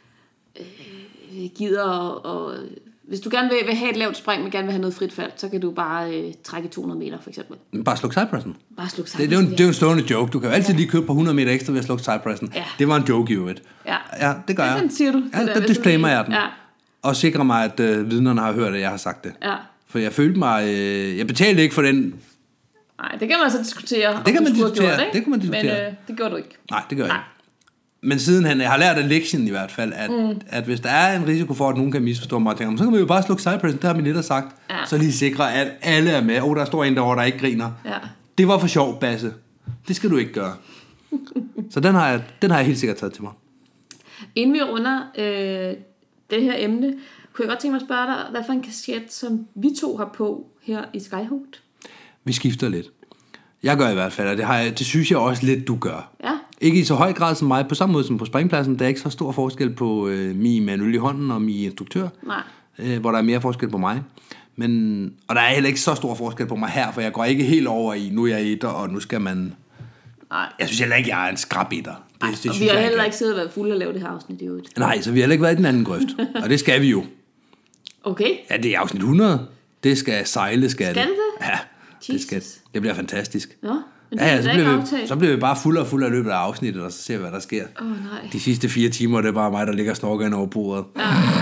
øh, gider... Og, og, hvis du gerne vil, vil have et lavt spring, men gerne vil have noget frit fald, så kan du bare øh, trække to hundrede meter, for eksempel. Bare slukke sidepressen. Bare slukke sidepressen, det, det, er jo en, det er jo en stående joke. Du kan jo altid ja. lige købe på hundrede meter ekstra ved at slukke sidepressen. Ja. Det var en joke, jo et. Ja. Ja, det gør ja, jeg. Den siger du. Ja, der disclaimer jeg den. Ja. Og sikrer mig, at øh, vidnerne har hørt, at jeg har sagt det. Ja. For jeg følte mig... Øh, jeg betalte ikke for den... Nej, det kan man så diskutere. Det kan man diskutere. Gjort, det kan man diskutere. Men øh, det gjorde du ikke. Nej, det gør jeg ikke. Men sidenhen, jeg har lært af lektien i hvert fald, at, mm. at hvis der er en risiko for, at nogen kan misforstå mig, tænker, så kan vi jo bare slukke sidepressen, det har min lidt sagt. Ja. Så lige sikre, at alle er med. Åh, oh, der står en derovre, der ikke griner. Ja. Det var for sjov, Basse. Det skal du ikke gøre. Så den har, jeg, den har jeg helt sikkert taget til mig. Inden vi runder øh, det her emne, kunne jeg godt tænke mig at spørge dig, hvad for en kasket, som vi to har på her i Skyhooked? Vi skifter lidt. Jeg gør i hvert fald, og det, har jeg, det synes jeg også lidt, du gør. Ja. Ikke i så høj grad som mig, på samme måde som på springpladsen. Der er ikke så stor forskel på øh, mi med en øl i hånden og mi instruktør. Nej. Øh, hvor der er mere forskel på mig. Men, og der er heller ikke så stor forskel på mig her, for jeg går ikke helt over i, nu er jeg etter, og nu skal man... Nej. Jeg synes heller ikke, jeg er en skrab-etter. Det, det, det og vi har heller ikke siddet og været fulde og lavet det her afsnit i øvrigt. Nej, så vi har heller ikke været i den anden grøft. Og det skal vi jo. Okay. Ja, det er afsnit hundrede. Det skal sejle, skal, skal det. det? Ja, det, skal, det bliver fantastisk. Nå, men det ja, ja, så, bliver vi, så bliver vi bare fulde og fulde af løbet af afsnittet, og så ser vi, hvad der sker. Åh, oh, nej. De sidste fire timer, det er bare mig, der ligger og snorker ind over bordet. Ja.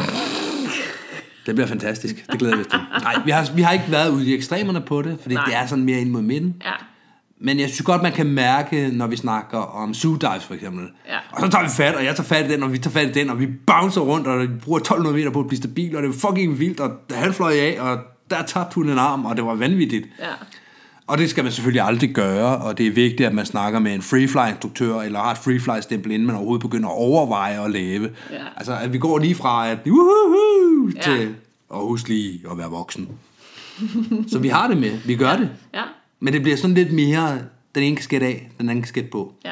Det bliver fantastisk. Det glæder vi til. Nej, vi har, vi har ikke været ude i ekstremerne på det, fordi nej. Det er sådan mere ind mod midten. Ja. Men jeg synes godt, man kan mærke, når vi snakker om zoo dives for eksempel. Ja. Og så tager vi fat, og jeg tager fat i den, og vi tager fat i den, og vi bouncer rundt, og vi bruger tolv hundrede meter på at blive stabil, og det er fucking vildt, og han fløj af, og der tabte hun en arm, og det var vanvittigt. Ja. Og det skal man selvfølgelig aldrig gøre, og det er vigtigt, at man snakker med en freefly-instruktør, eller har et freefly-stempel, inden man overhovedet begynder at overveje at lave. Ja. Altså, at vi går lige fra at uhuhu, ja. til at huske lige at være voksen. Så vi har det med, vi gør ja. det. Ja. Men det bliver sådan lidt mere, den ene kasket af, den anden kasket på. Ja.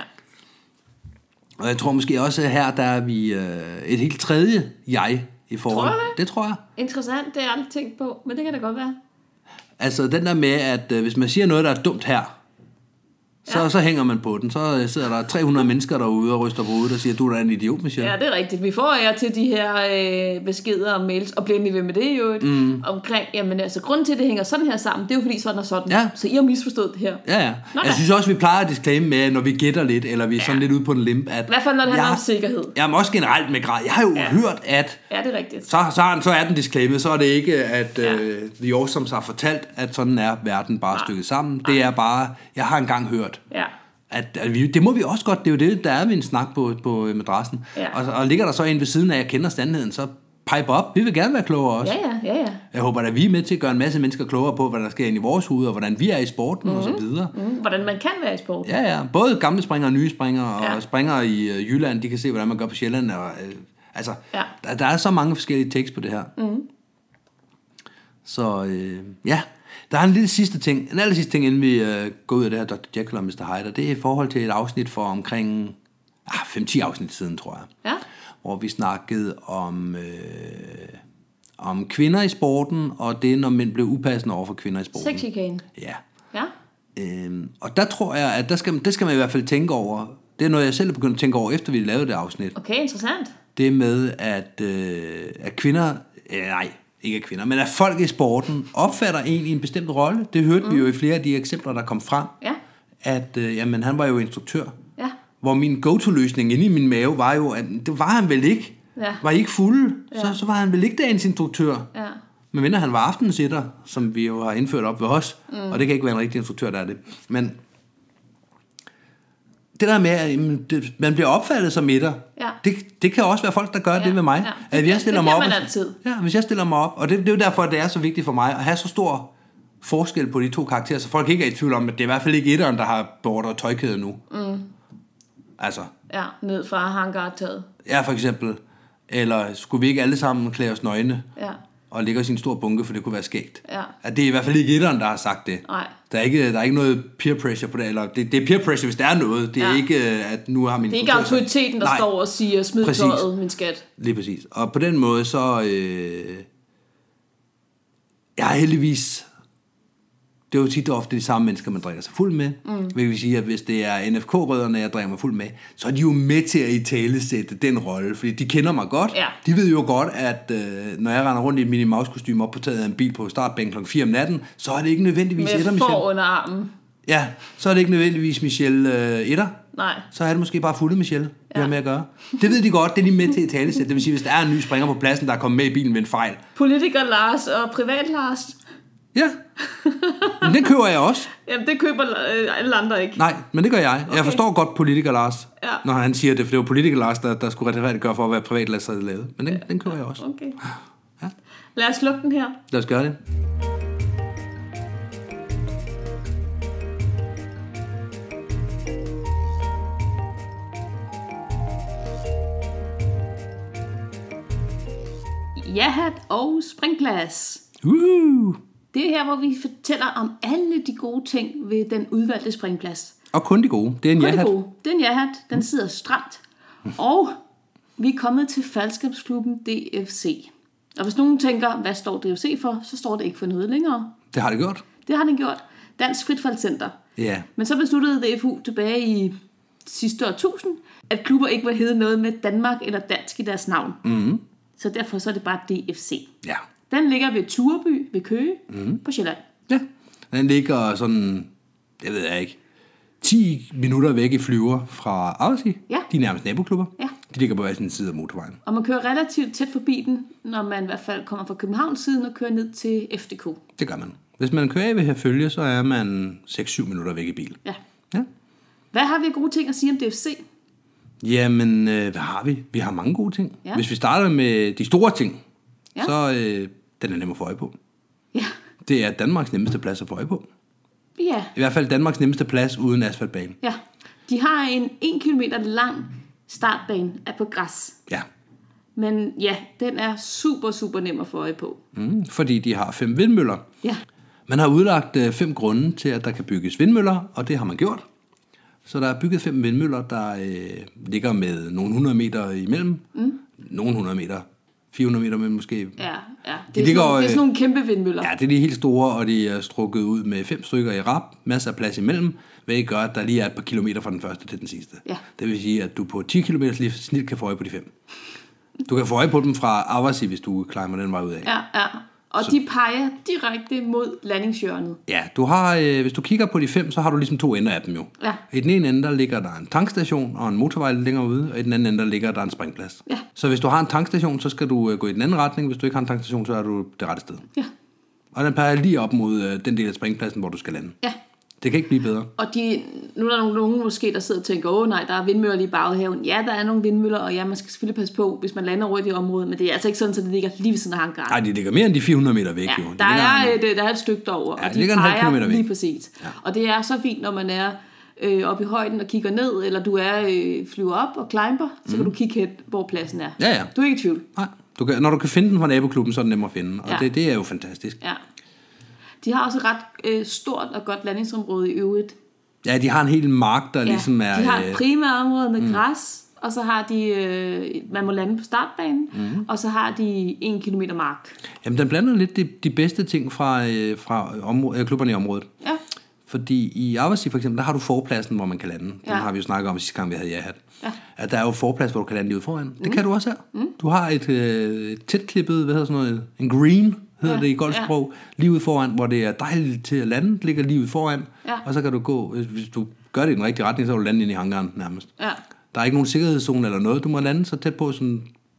Og jeg tror måske også, at her der er vi øh, et helt tredje jeg i forhold. Tror det? Det tror jeg. Interessant, det har jeg aldrig tænkt på, men det kan da godt være. Altså den der med, at øh, hvis man siger noget, der er dumt her, så, ja. så hænger man på den. Så sidder der tre hundrede mennesker derude og ryster på hovedet og siger, du er da en idiot, Michelle. Ja, det er rigtigt. Vi får jer til de her øh, beskeder og mails, og bliver ved med det jo. Mm. Omkring, jamen altså, grunden til, at det hænger sådan her sammen, det er jo fordi sådan og sådan. Ja. Så I har misforstået det her. Ja, ja. Nå, jeg synes også, vi plejer at disclaime med, når vi gætter lidt, eller vi er ja. sådan lidt ude på en limp. At i hvert fald, når det handler om sikkerhed. Jamen også generelt med grad. Jeg har jo ja. hørt, at... Ja, det er rigtigt. Så, så, så er den disclaimet, så er det ikke, at ja. uh, The Awesomes har fortalt, at sådan er verden bare ja. stykket sammen. Det er bare, jeg har engang hørt. Ja. At, at vi, det må vi også godt, det er jo det, der er vi en snak på, på madrassen. Ja. Og, og ligger der så en ved siden af, at jeg kender sandheden, så pipe op. Vi vil gerne være klogere også. Ja, ja, ja, ja. Jeg håber, at vi er med til at gøre en masse mennesker klogere på, hvad der sker inde i vores hoved, og hvordan vi er i sporten mm-hmm. og så videre. Mm-hmm. Hvordan man kan være i sporten. Ja, ja. Både gamle springere og nye springere, ja. og springere i uh, Jylland, de kan se, hvordan man gør på Sjælland. Og, uh, altså, ja. der, der er så mange forskellige takes på det her. Mm-hmm. Så uh, ja, der er en lille sidste ting, en aller sidste ting, inden vi uh, går ud af det her doktor Jekyll og mister Hyde, det er i forhold til et afsnit for omkring ah, fem til ti afsnit siden, tror jeg. Ja. Hvor vi snakkede om, øh, om kvinder i sporten, og det, når mænd blev upassende over for kvinder i sporten. Sexchikane. Ja. Ja. Øhm, og der tror jeg, at der skal, det skal man i hvert fald tænke over, Det er noget, jeg selv er begyndt at tænke over, efter vi lavede det afsnit. Okay, interessant. Det med, at, øh, at kvinder... Øh, nej, ikke kvinder, men at folk i sporten opfatter en i en bestemt rolle. Det hørte mm. vi jo i flere af de eksempler, der kom frem. Ja. At øh, jamen, han var jo instruktør. Ja. Hvor min go-to-løsning inde i min mave var jo, at det var han vel ikke. Ja. Var I ikke fulde, ja. så, så var han vel ikke dagens instruktør. Ja. Men mindre han var aftensitter, som vi jo har indført op ved os. Mm. Og det kan ikke være en rigtig instruktør, der er det. Men det der med, at man bliver opfattet som etter, ja. det, det kan også være folk, der gør ja. det med mig. Ja. Det, at jeg stiller det mig op, man altid. Ja, hvis jeg stiller mig op, og det, det er jo derfor, at det er så vigtigt for mig at have så stor forskel på de to karakterer, så folk ikke er i tvivl om, at det er i hvert fald ikke etteren, der har beordret tøjkæde nu. Mm. Altså. Ja, ned fra hangartaget. Ja, for eksempel. Eller skulle vi ikke alle sammen klæde os nøgne? Ja. Og lægge os i en stor bunke, for det kunne være skægt. Ja. At det er i hvert fald ikke etteren, der har sagt det. Nej. Der er ikke, der er ikke noget peer pressure på det. Eller det, det er peer pressure, hvis der er noget. Det er ja. ikke, at nu har min... Det er ikke autoriteten, der Nej. står og siger, smid præcis. tøjet, min skat. Lige præcis. Og på den måde, så... Øh, jeg har heldigvis... Det er jo tit og ofte de samme mennesker, man drikker sig fuld med. Mm. Det vil sige, at hvis det er N F K-rødderne, jeg drikker mig fuld med, så er de jo med til at italesætte den rolle, fordi de kender mig godt. Ja. De ved jo godt, at øh, når jeg render rundt i et Minnie Mouse-kostyme op på taget af en bil på startbænken klokken fire om natten, så er det ikke nødvendigvis med etter, Michelle. Med under armen. Ja, så er det ikke nødvendigvis Michelle øh, etter. Nej. Så er det måske bare fulde Michelle, vi ja. har med at gøre. Det ved de godt, det er de med til at italesætte. Det vil sige, hvis der er en ny springer på pladsen, der er kommet med i bilen ved en fejl. Politiker Lars og privat Lars. Ja, men det køber jeg også. Jamen, det køber øh, alle andre ikke. Nej, men det gør jeg. Okay. Jeg forstår godt politiker Lars, ja. når han siger det, for det var politiker Lars, der, der skulle retfærdigt gøre for at være privatlæsser lavet. Men den, ja. den køber jeg også. Okay. Ja. Lad os lukke den her. Lad os gøre det. Jahat og springplads. Uh. Det er her, hvor vi fortæller om alle de gode ting ved den udvalgte springplads. Og kun de gode. Det er en kun jahat. De gode. Det er en jahat. Den sidder stramt. Og vi er kommet til faldskabsklubben D F C. Og hvis nogen tænker, hvad står D F C for, så står det ikke for noget længere. Det har det gjort. Det har det gjort. Dansk Fritfaldscenter. Ja. Men så besluttede D F U tilbage i sidste årtusind, at klubber ikke må hedde noget med Danmark eller dansk i deres navn. Mm. Så derfor så er det bare D F C. Ja. Den ligger ved Tureby ved Køge mm. på Sjælland. Ja, den ligger sådan, jeg ved jeg ikke, ti minutter væk i flyver fra Aarhus. Ja. De er nærmest naboklubber. Ja. De ligger på hver sin side af motorvejen. Og man kører relativt tæt forbi den, når man i hvert fald kommer fra Københavns siden og kører ned til F D K. Det gør man. Hvis man kører af ved her følge, så er man seks syv minutter væk i bil. Ja. Ja. Hvad har vi gode ting at sige om D F C? Jamen, øh, hvad har vi? Vi har mange gode ting. Ja. Hvis vi starter med de store ting, ja. så øh, den er nem at få øje på. Ja. Det er Danmarks nemmeste plads at få øje på. Ja. I hvert fald Danmarks nemmeste plads uden asfaltbane. Ja. De har en en kilometer lang startbane af på græs. Ja. Men ja, den er super, super nem at få øje på. Mm, fordi de har fem vindmøller. Ja. Man har udlagt øh, fem grunde til, at der kan bygges vindmøller, og det har man gjort. Så der er bygget fem vindmøller, der øh, ligger med nogle hundrede meter imellem. Mm. Nogle hundrede meter. fire hundrede meter, men måske... Ja, ja. Det, de er, ligger, sådan, det er sådan nogle kæmpe vindmøller. Ja, det er de helt store, og de er strukket ud med fem stykker i rap. Masser af plads imellem, hvilket gør, at der lige er et par kilometer fra den første til den sidste. Ja. Det vil sige, at du på ti kilometer snit kan få øje på de fem. Du kan få øje på dem fra Aarhus, hvis du climber den vej ud af. Ja, ja. Og så, de peger direkte mod landingshjørnet. Ja, du har, øh, hvis du kigger på de fem, så har du ligesom to ender af dem jo. Ja. I den ene ende, der ligger der en tankstation og en motorvej længere ude, og i den anden ende, der ligger der en springplads. Ja. Så hvis du har en tankstation, så skal du øh, gå i den anden retning. Hvis du ikke har en tankstation, så er du det rette sted. Ja. Og den peger lige op mod øh, den del af springpladsen, hvor du skal lande. Ja. Det kan ikke blive bedre. Og de, nu er der nogle, nogen måske, der sidder og tænker, åh nej, der er vindmøller lige i baghaven. Ja, der er nogle vindmøller, og ja, man skal selvfølgelig passe på, hvis man lander rundt i området, men det er altså ikke sådan, at det ligger lige ved siden af hangaren. Nej, de ligger mere end de fire hundrede meter væk. Ja, jo. Der, er et, der er et stykke derover, ja, og de peger lige præcis. Ja. Og det er så fint, når man er øh, oppe i højden og kigger ned, eller du er øh, flyver op og climber, så mm. kan du kigge hen, hvor pladsen er. Ja, ja. Du er ikke i tvivl. Nej, du kan, når du kan finde den fra naboklubben, så er den nem at finde, og ja. det, det er jo fantastisk. Ja. De har også et ret øh, stort og godt landingsområde i øvrigt. Ja, de har en hel mark, der ja, ligesom er... de har et primært område med mm. græs, og så har de, øh, man må lande på startbanen, mm. og så har de en kilometer mark. Jamen, den blander lidt de, de bedste ting fra, øh, fra område, klubberne i området. Ja. Fordi i Abbasi for eksempel, der har du forpladsen, hvor man kan lande. Den Ja. har vi jo snakket om sidste gang, vi havde Jahat. Ja. At der er jo forplads, hvor du kan lande lige ud foran. Det mm. kan du også her. Mm. Du har et øh, tætklippet, hvad hedder sådan noget, en green, hedder ja. det i golfsprog, ja. lige ud foran, hvor det er dejligt til at lande. Det ligger lige ud foran. Ja. Og så kan du gå, hvis du gør det i den rigtige retning, så kan du lande ind i hangaren nærmest. Ja. Der er ikke nogen sikkerhedszone eller noget. Du må lande så tæt på, som,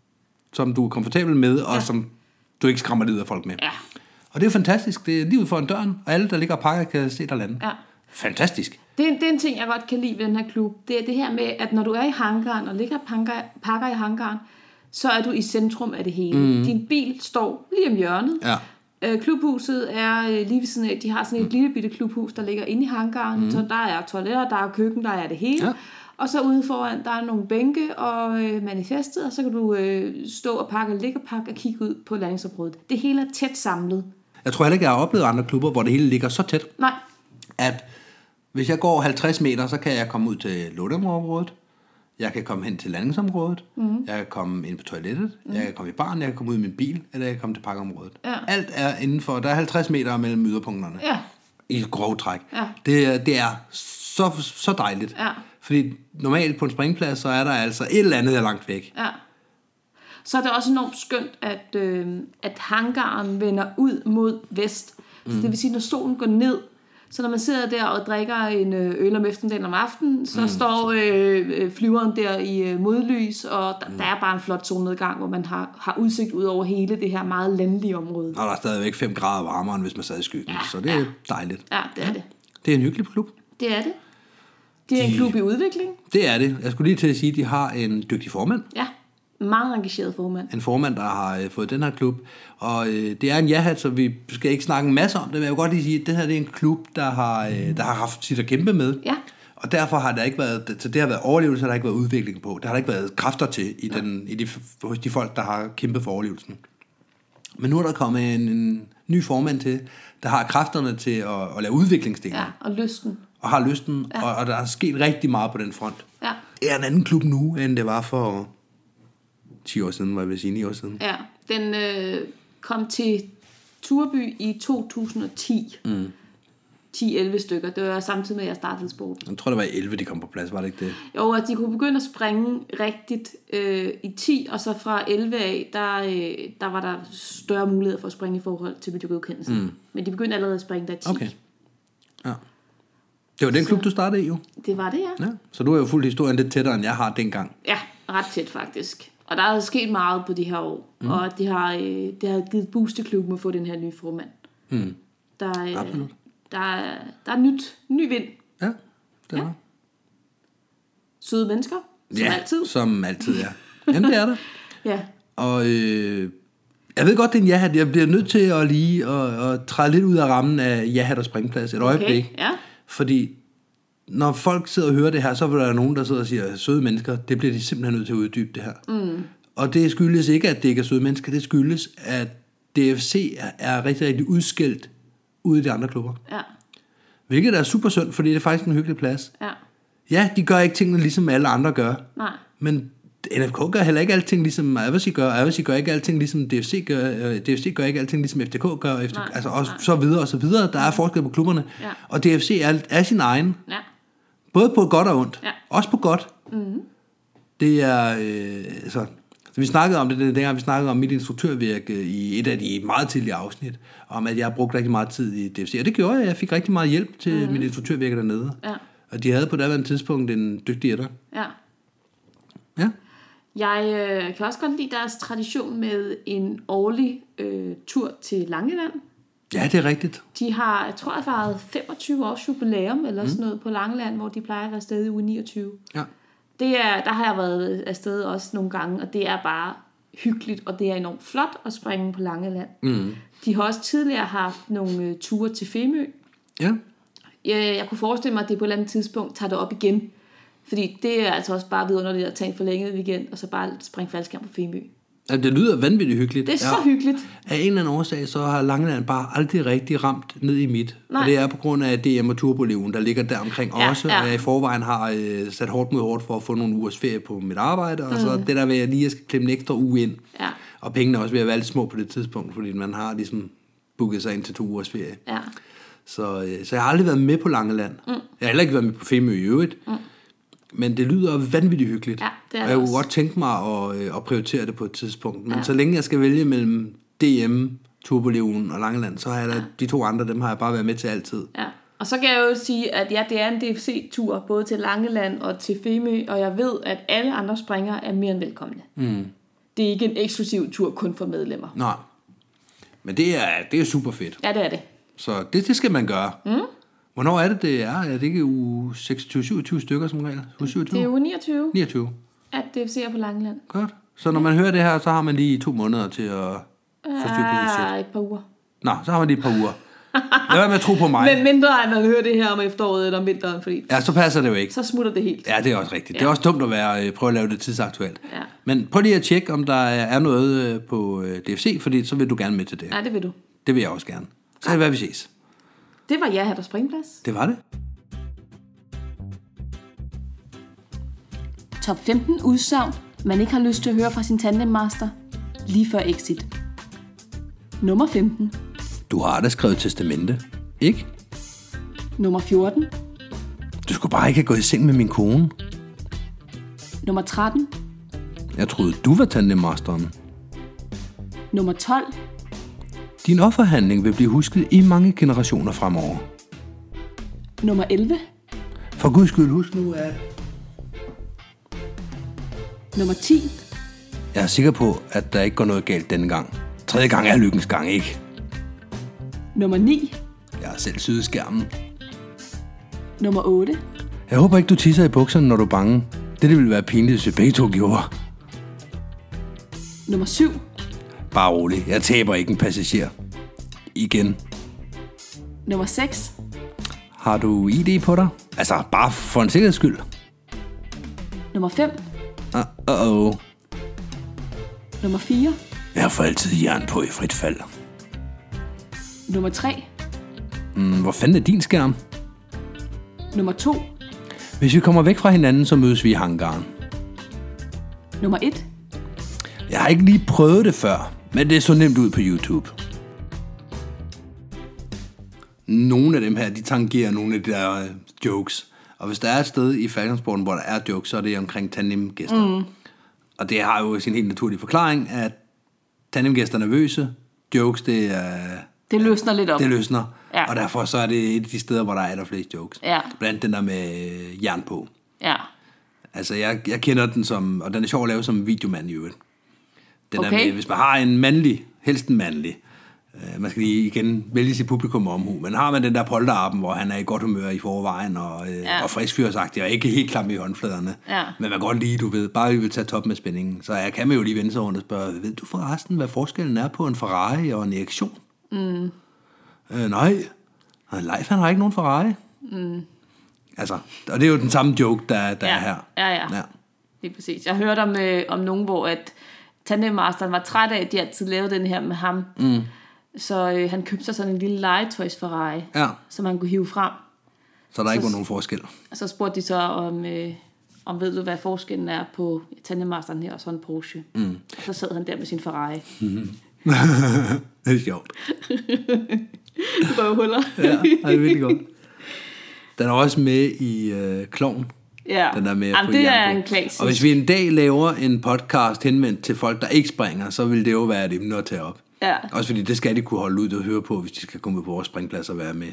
som du er komfortabel med, og ja. som du ikke skræmmer lidt af folk med. Ja. Og det er jo fantastisk. Det er lige ud foran døren, og alle, der ligger og pakker, kan se dig lande. Ja. Fantastisk. Det er, det er en ting, jeg godt kan lide ved den her klub. Det er det her med, at når du er i hangaren og ligger pakker, pakker i hangaren, så er du i centrum af det hele. Mm. Din bil står lige om hjørnet. Ja. Øh, klubhuset er øh, lige ved siden af. De har sådan et mm. lille bitte klubhus, der ligger inde i hangaren. Mm. Så der er toiletter, der er køkken, der er det hele. Ja. Og så ude foran, der er nogle bænke og øh, manifestet, og så kan du øh, stå og pakke, ligge og pakke og kigge ud på landingsområdet. Det hele er tæt samlet. Jeg tror heller ikke, jeg har oplevet andre klubber, hvor det hele ligger så tæt. Nej. At hvis jeg går halvtreds meter, så kan jeg komme ud til loadingområdet. Jeg kan komme hen til landingsområdet. Mm. Jeg kan komme ind på toilettet. Mm. Jeg kan komme i baren. Jeg kan komme ud i min bil. Eller jeg kan komme til pakkeområdet. Ja. Alt er indenfor. Der er halvtreds meter mellem yderpunkterne. Ja. I grov træk. Ja. Det, det er så, så dejligt. Ja. Fordi normalt på en springplads, så er der altså et eller andet, der er langt væk. Ja. Så er det også enormt skønt, at, øh, at hangaren vender ud mod vest. Mm. Så det vil sige, når solen går ned, så når man sidder der og drikker en øl om eftermiddagen om aftenen, så mm. står øh, flyveren der i øh, modlys, og der, mm. der er bare en flot solnedgang, hvor man har, har udsigt ud over hele det her meget landlige område. Og der er stadigvæk fem grader varmere, end hvis man sad i skyggen, ja, så det er ja. dejligt. Ja, det er det. Det er en hyggelig klub. Det er det. Det er de, en klub i udvikling. Det er det. Jeg skulle lige til at sige, at de har en dygtig formand. Ja. Meget engageret formand. En formand, der har øh, fået den her klub. Og øh, det er en Jahat, så vi skal ikke snakke en masse om det. Men jeg vil godt lige sige, at det her det er en klub, der har, øh, der har haft sit at kæmpe med. Ja. Og derfor har der ikke været, så det har været overlevelse, har der ikke været udvikling på. Det har der ikke været kræfter til i den, i de, hos de folk, der har kæmpet for overlevelsen. Men nu er der kommet en, en ny formand til, der har kræfterne til at, at lave udviklingsdelen. Ja, og lysten. Og har lysten, ja. og, og der er sket rigtig meget på den front. Ja. Det er en anden klub nu, end det var for ti år siden, var jeg vil sige, ni år siden. Ja, den øh, kom til Turby i to tusind og ti. Mm. ti elleve stykker. Det var samtidig med, at jeg startede sport. Jeg tror, det var i elleve, de kom på plads, var det ikke det? Jo, at de kunne begynde at springe rigtigt øh, i ti, og så fra elleve af, der, øh, der var der større muligheder for at springe i forhold til miljøgodkendelsen. Mm. Men de begyndte allerede at springe der i ti. Okay. Ja. Det var den klub, så, du startede i, jo? Det var det, ja. ja. Så du har jo fulgt historien lidt tættere, end jeg har dengang. Ja, ret tæt faktisk. Og der er sket meget på de her år. Mm. Og det har, øh, det har givet boost til klubben at få den her nye formand. Mm. Der, øh, der, er, der er nyt, ny vind. Ja, det er ja. Søde mennesker, som ja, altid. som altid, ja. Jamen, det er der. Ja. Og øh, jeg ved godt, det er en Jahat. Jeg bliver nødt til at lige at, at træde lidt ud af rammen af Jahat og springplads et øjeblik. Okay, ja. Fordi når folk sidder og hører det her, så vil der nogen, der sidder og siger, søde mennesker, det bliver de simpelthen nødt til at uddybe det her. Mm. Og det skyldes ikke, at det ikke er søde mennesker, det skyldes, at D F C er, er rigtig, rigtig udskilt ude i de andre klubber. Ja. Hvilket er super synd, fordi det er faktisk en hyggelig plads. Ja. Ja, de gør ikke tingene, ligesom alle andre gør. Nej. Men N F K gør heller ikke alting, ligesom Abbasi gør. Abbasi gør ikke alting, ligesom D F C gør. D F C gør ikke alting, ligesom F C K gør. F C K, nej, altså også nej. så videre og så videre. Der er forskel på klubberne. Ja. Og D F C er, er sin egen. Ja. Både på godt og ondt. Ja. Også på godt. Mm-hmm. Det er... Øh, altså, vi snakkede om det, det dengang vi snakkede om mit instruktørvirke i et af de meget tidlige afsnit, om at jeg har brugt rigtig meget tid i D F C. Og det gjorde jeg. Jeg fik rigtig meget hjælp til mm-hmm. mit instruktørvirke dernede. Ja. Og de havde på daværende tidspunkt en dygtig etter. Ja. Ja. Jeg øh, kan også godt lide deres tradition med en årlig øh, tur til Langeland. Ja, det er rigtigt. De har, jeg tror, jeg har været femogtyve års jubilæum eller mm. sådan noget på Langeland, hvor de plejer at være afsted i uge niogtyve. Ja. Det er, der har jeg været afsted også nogle gange, og det er bare hyggeligt, og det er enormt flot at springe på Langeland. Mm. De har også tidligere haft nogle øh, ture til Femø. Ja. Jeg, jeg kunne forestille mig, at det på et eller andet tidspunkt tager det op igen. Fordi det er altså også bare vidunderligt at tage en forlænget weekend, og så bare springe faldskærm på Femø. Ja, det lyder vanvittigt hyggeligt. Det er så ja. hyggeligt. Af en eller anden årsag, så har Langeland bare aldrig rigtig ramt ned i mit. Nej. Og det er på grund af D M og Turboleven, der ligger der omkring ja, også. Ja. Og jeg i forvejen har øh, sat hårdt mod hårdt for at få nogle ugers ferie på mit arbejde. Og mm. så det der ved, at jeg lige skal klemme en ekstra uge ind. Ja. Og pengene er også ved at være lidt små på det tidspunkt, fordi man har ligesom booket sig ind til to ugers ferie. Ja. Så, øh, så jeg har aldrig været med på Langeland. Mm. Jeg har heller ikke været med på Femø i øvrigt. Mm. Men det lyder vanvittigt hyggeligt. Ja, det er og jeg kunne også. godt tænke mig at, øh, at prioritere det på et tidspunkt. Men Ja. så længe jeg skal vælge mellem D M, Turboleven og Langeland, så har jeg da, ja. de to andre, dem har jeg bare været med til altid. Ja. Og så kan jeg jo sige, at ja, det er en D F C-tur, både til Langeland og til Femø, og jeg ved, at alle andre springere er mere end velkomne. Mm. Det er ikke en eksklusiv tur kun for medlemmer. Nej. Men det er, det er super fedt. Ja, det er det. Så det, det skal man gøre. Mm. Hvornår er det, det er? Er det ikke uge seksogtyve syvogtyve stykker som regel? Uge syvogtyve? Det er uge niogtyve, niogtyve. at D F C er på Langeland. Godt. Så når man hører det her, så har man lige to måneder til at få styr på det. Ja, et par uger. Nå, så har man lige et par uger. Lad være med at tro på mig. Men mindre end man hører det her om efteråret eller om vinteren, fordi Ja, så passer det jo ikke. så smutter det helt. Ja, det er også rigtigt. Ja. Ja. Det er også dumt at være, øh, prøve at lave det tidsaktuelt. Ja. Men prøv lige at tjekke, om der er noget øh, på øh, D F C, fordi så vil du gerne med til det. Ja, det vil du. Det vil jeg også gerne. Så er det, hvad vi ses. Det var jeg her på Springplads. Det var det. Top femten udsagn, man ikke har lyst til at høre fra sin tandemmaster, lige før exit. Nummer femten. Du har da skrevet testamente, ikke? Nummer fjorten. Du skulle bare ikke have gået i seng med min kone. Nummer tretten. Jeg troede, du var tandemmasteren. Nummer tolv. Din offerhandling vil blive husket i mange generationer fremover. Nummer elleve. For guds skyld, husk nu, at... Nummer ti. Jeg er sikker på, at der ikke går noget galt denne gang. Tredje gang er lykkens gang, ikke? Nummer ni. Jeg har selv syet skærmen. Nummer otte. Jeg håber ikke, du tisser i bukserne, når du er bange. Det, det ville være pinligt, hvis vi begge to gjorde. Nummer syv. Bare rolig. Jeg taber ikke en passager. Igen. Nummer seks. Har du I D på dig? Altså, bare for en sikkerheds skyld. Nummer fem. Uh-oh. Nummer fire. Jeg får altid jern på i frit fald. Nummer tre. Mm, hvor fanden er din skærm? Nummer to. Hvis vi kommer væk fra hinanden, så mødes vi i hangaren. Nummer et. Jeg har ikke lige prøvet det før, men det er så nemt ud på YouTube. Nogle af dem her, de tangerer nogle af de der uh, jokes. Og hvis der er et sted i falconsporten, hvor der er jokes, så er det omkring tandemgæster. Mm. Og det har jo sin helt naturlige forklaring, at tandemgæster er nervøse. Jokes, det er... Det løsner lidt op. Det løsner. Ja. Og derfor så er det et af de steder, hvor der er allerflest jokes. Ja. Blandt den der med jern på. Ja. Altså, jeg, jeg kender den som... Og den er sjov at lave som videomand i øvrigt. Den Okay. der med, hvis man har en mandlig, helst en mandlig, øh, man skal lige igen vælge sit publikum omhu, men har man den der polterappen, hvor han er i godt humør i forvejen, og, øh, Ja. og friskfyrsagtig, og ikke helt klam i håndfladerne, Ja. men man kan godt lide, du ved, bare vi vil tage top med spændingen. Så jeg kan man jo lige vende sig rundt og spørge, ved du forresten, hvad forskellen er på en Ferrari og en Erektion? Mm. Øh, nej, Leif han har ikke nogen Ferrari. Mm. Altså, og det er jo den samme joke, der, der Ja. er her. Ja, ja. ja. Det er præcis. Jeg hørte om, øh, om nogen, hvor at tandemmasteren var træt af, at de altid lavede den her med ham. Mm. Så øh, han købte sig sådan en lille legetøjs Ferrari, Ja. som han kunne hive frem. Så der Så- ikke var nogen forskel. Og så spurgte de så om, øh, om ved du, hvad forskellen er på tandemmasteren her og så en Porsche. Mm. Og så sad han der med sin Ferrari. Det er sjovt. Røvhuller. Ja, det er virkelig godt. Den er også med i øh, Klovn. Ja, Den er med Jamen, på det er jernbog. en klassisk. Og hvis vi en dag laver en podcast henvendt til folk, der ikke springer, så vil det jo være et emne at tage op. Ja. Også fordi det skal de kunne holde ud og høre på, hvis de skal komme på vores springplads og være med.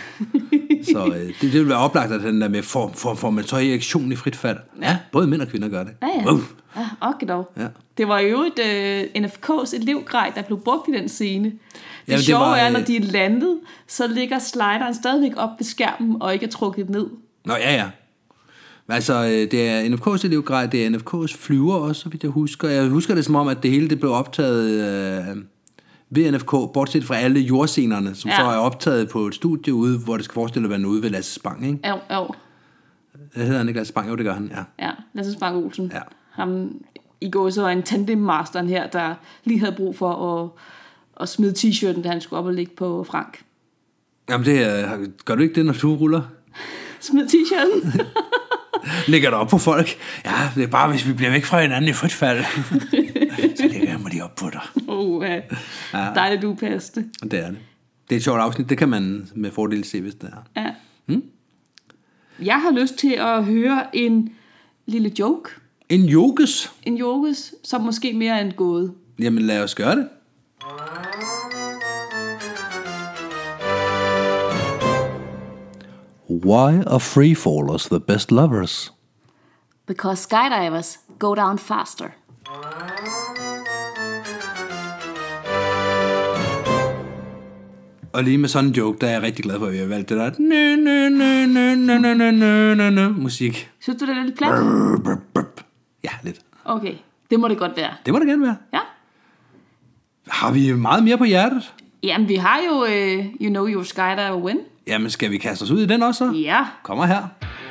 Så øh, det, det vil være oplagt, at den der med, får, får, får man så erektion i frit fald? Ja, både mænd og kvinder gør det. Ja, ja. Uh. Ja, okay dog. Ja. Det var jo et uh, N F K's elevgrej, der blev brugt i den scene. Det Jamen, det sjove var, er, når øh, de er landet, så ligger slideren stadigvæk op ved skærmen, og ikke er trukket ned. Nå, ja, ja. Men altså, øh, det er N F K's elevgrej, det er N F K's flyver også, så vidt jeg husker. Jeg husker det som om, at det hele det blev optaget øh, ved N F K, bortset fra alle jordscenerne, som Ja. så er optaget på et studie ude, hvor det skal forestille at være ude ved Lasse Spang, ikke? Jo, jo. Det hedder han ikke Lasse Spang? Jo, det gør han, ja. Ja, Lasse Spang Olsen. Ja. Ham i går så en tandemmasteren her, der lige havde brug for at, at smide t-shirten, da han skulle op og ligge på Frank. Jamen, det er, gør du ikke det, når du ruller? Smid t-shirten? Ligger der op på folk? Ja, det er bare, hvis vi bliver væk fra hinanden i frit fald. Så lægger jeg mig lige op på dig. Oh, uh, ja. Dejligt upassende. Det er det. Det er et sjovt afsnit, det kan man med fordel se, hvis det er. Ja. Hmm? Jeg har lyst til at høre en lille joke. En jokes? En jokes, som måske mere er en gåde. Jamen lad os gøre det. Why are freefallers the best lovers? Because skydivers go down faster. Og lige med sådan en joke, der er jeg rigtig glad for, at vi har valgt det der nø, nø, nø, nø, nø, nø, nø, nø, nø, musik. Synes du, det er lidt plat? Ja, lidt. Okay, det må det godt være. Det må det gerne være. Ja. Har vi meget mere på hjertet? Jamen, vi har jo uh, You Know Your Skydiver Win. Jamen, skal vi kaste os ud i den også? Ja. Kommer her.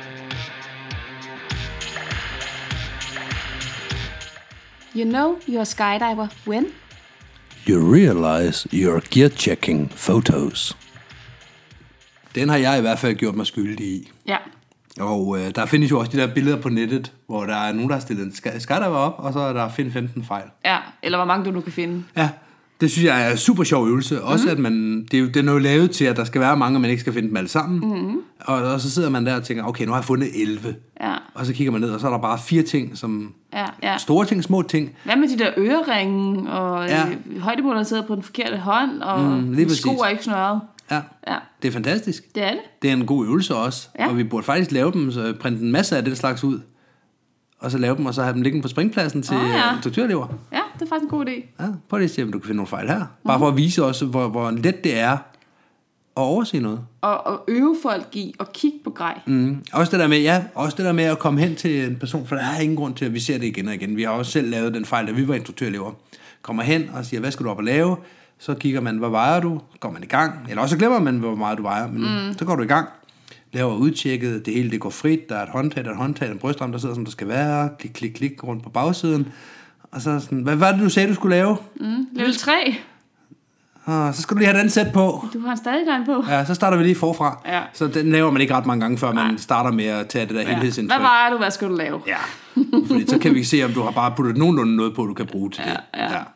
You know your skydiver when? You realize you're gear-checking photos. Den har jeg i hvert fald gjort mig skyldig i. Ja. Og øh, der findes jo også de der billeder på nettet, hvor der er nogen, der har stillet en skydiver op, og så er der find femten fejl. Ja, eller hvor mange du nu kan finde. Ja, det synes jeg er en super sjov øvelse. Også mm-hmm. at man, det er jo, den er jo lavet til, at der skal være mange, og man ikke skal finde dem alle sammen. Mm-hmm. Og, og så sidder man der og tænker, okay, nu har jeg fundet elleve. Ja. Og så kigger man ned, og så er der bare fire ting, som ja, ja. store ting, små ting. Hvad med de der øreringe, og ja. øh, højdemåleren sidder på den forkerte hånd, og mm, sko er ikke snørret. Ja. ja, det er fantastisk. Det er det. Det er en god øvelse også, ja. Og vi burde faktisk lave dem, så printe en masse af den slags ud, og så lave dem, og så have dem liggende på springpladsen til oh, ja. instruktørelever. Ja, det er faktisk en god idé. Ja, prøv lige at se, om du kan finde nogle fejl her. Bare mm-hmm. for at vise også, hvor, hvor let det er at overse noget. Og, og øve folk i at kigge på grej. Mm. Også det der med, ja, også det der med at komme hen til en person, for der er ingen grund til, at vi ser det igen og igen. Vi har også selv lavet den fejl, da vi var instruktørelever. Kommer hen og siger, hvad skal du op og lave? Så kigger man, hvad vejer du? Så går man i gang. Eller også glemmer man, hvor meget du vejer. Men mm. så går du i gang. Laver udtjekket. Det hele det går frit. Der er et håndtag, der er et håndtag, en brystrem, der sidder, som der skal være. Klik, klik, klik rundt på bagsiden. Og så sådan, hvad var det, du sagde, du skulle lave? Mm, level tre. Og så skal du lige have den sæt på. Du har en stadig på. Ja, så starter vi lige forfra. Ja. Så den laver man ikke ret mange gange, før man starter med at tage det der ja. helhedsindtryk. Hvad vejer du? Hvad skal du lave? Ja, fordi så kan vi se, om du har bare puttet nogenlunde noget på, du kan bruge til ja, det. Ja. Ja.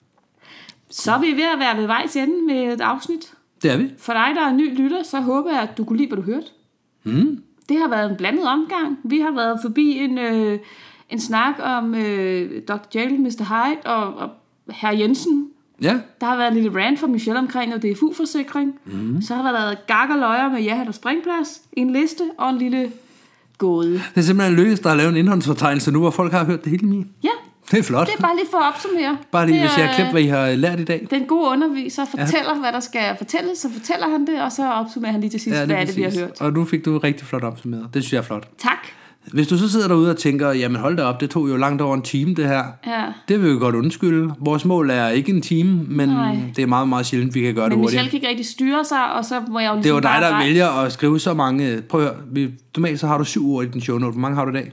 Så er vi ved at være ved vejs ende med et afsnit. Det er vi. For dig, der er ny lytter, så håber jeg, at du kunne lide, hvad du hørte. Mm. Det har været en blandet omgang. Vi har været forbi en, øh, en snak om øh, doktor Jekyll, mister Hyde og, og herr Jensen. Ja. Der har været en lille rant fra Michelle omkring noget D F U-forsikring. Mm. Så har der været gak og løjer med ja og springplads, en liste og en lille gåde. Det er simpelthen lykkedes, der har lavet en indholdsfortegnelse nu, hvor folk har hørt det hele min. Ja. Det er flot. Det er bare lige for at opsummere. Bare lige, det hvis jeg har klemt, hvad I har lært i dag. Den gode underviser fortæller, ja. hvad der skal fortælles, så fortæller han det, og så opsummerer han lige til sidst, ja, hvad er det, vi har hørt. Og nu fik du rigtig flot opsummeret. Det synes jeg er flot. Tak. Hvis du så sidder derude og tænker, jamen hold da op, det tog jo langt over en time det her. Ja. Det vil vi godt undskylde. Vores mål er ikke en time, men Nej. det er meget, meget sjældent, vi kan gøre men det hurtigt. Men Michelle kan ikke rigtig styre sig, og så må jeg jo ligesom det er jo dig, der bare vælger at skrive så mange. Prøv at høre, vi, normalt så har du syv ord i din show note. Hvor mange har du i dag?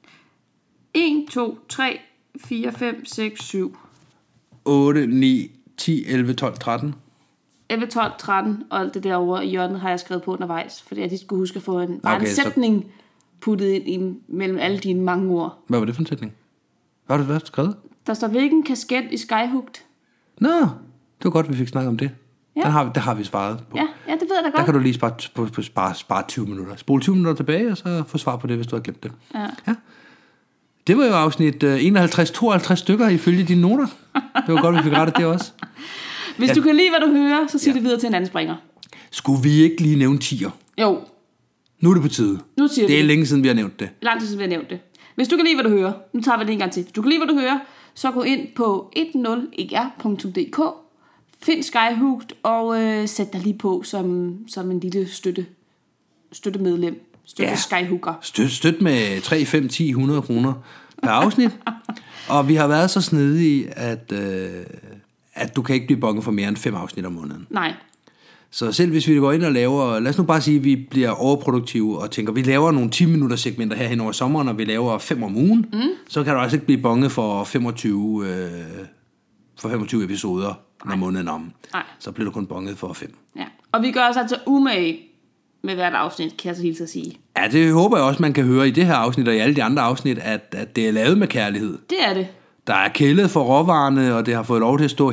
en, to, tre, fire, fem, seks, syv. otte, ni, ti, elleve, tolv, tretten. elleve, tolv, tretten, og alt det derovre i hjørnet har jeg skrevet på undervejs, fordi jeg lige skulle huske at få en, okay, en sætning så... puttet ind i, mellem alle dine mange ord. Hvad var det for en sætning? Hvad har du været skrevet? Der står, hvilken kasket i Skyhooked? Nå, det var godt, vi fik snakket om det. Ja. Den har, det har vi svaret på. Ja, ja, det ved jeg da godt. Der kan du lige spare, på, på, spare, spare tyve minutter. Spole tyve minutter tilbage, og så få svar på det, hvis du har glemt det. Ja. Ja. Det var jo afsnit enoghalvtreds tooghalvtreds stykker ifølge dine noter. Det var godt, vi fik rettet det også. Hvis ja. du kan lide, hvad du hører, så sig ja. det videre til en anden springer. Skulle vi ikke lige nævne tier? Jo. Nu er det på tide. Nu siger det er det. længe siden, vi har nævnt det. Lang tid siden, vi har nævnt det. Hvis du kan lide, hvad du hører, nu tager vi det en gang til. Hvis du kan lide, hvad du hører, så gå ind på ti e r punktum d k, find Skyhooked og øh, sæt dig lige på som, som en lille støtte, støttemedlem. Støtte ja. Skyhooker. Støt, støt med tre, fem, ti, hundrede kroner per afsnit. Og vi har været så snedige, at, øh, at du kan ikke blive bonget for mere end fem afsnit om måneden. Nej. Så selv hvis vi går ind og laver, lad os nu bare sige, at vi bliver overproduktive og tænker, vi laver nogle ti minutter segmenter her hen over sommeren, og vi laver fem om ugen, mm. så kan du altså ikke blive bonget for femogtyve, øh, for femogtyve episoder, når måneden om. Nej. Så bliver du kun bonget for fem. Ja. Og vi gør os altså umage med hvert afsnit, kan jeg så hilse at sige. Ja, det håber jeg også, man kan høre i det her afsnit og i alle de andre afsnit, at, at det er lavet med kærlighed. Det er det. Der er kældet for råvarerne, og det har fået lov til at stå og hæve.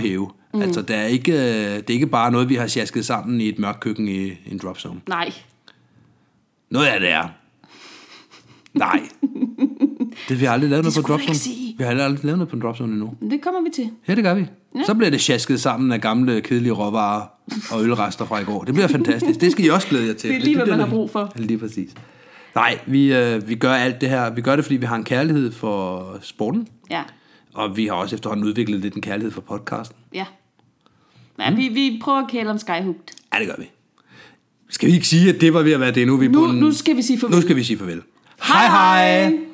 Mm. Altså, der er ikke, det er ikke bare noget, vi har sjasket sammen i et mørkt køkken i, i en dropzone. Nej. Noget af det er. Nej. Det vi har aldrig lavet noget på dropzone. Vi har aldrig lavet noget på en dropzone endnu. Det kommer vi til. Ja, det gør vi. Ja. Så bliver det sjasket sammen af gamle, kedelige råvarer og ølrester fra i går. Det bliver fantastisk. Det skal I også glæde jer til. Det er lige, hvad man har brug for. Lige præcis. Nej, vi, øh, vi gør alt det her. Vi gør det, fordi vi har en kærlighed for sporten. Ja. Og vi har også efterhånden udviklet lidt en kærlighed for podcasten. Ja. Ja, mm. vi, vi prøver at kæle om Skyhooked. Ja, det gør vi. Skal vi ikke sige, at det var ved at være det? Nu, er vi nu, på en... nu skal vi sige farvel. Nu skal vi sige farvel. Hej hej!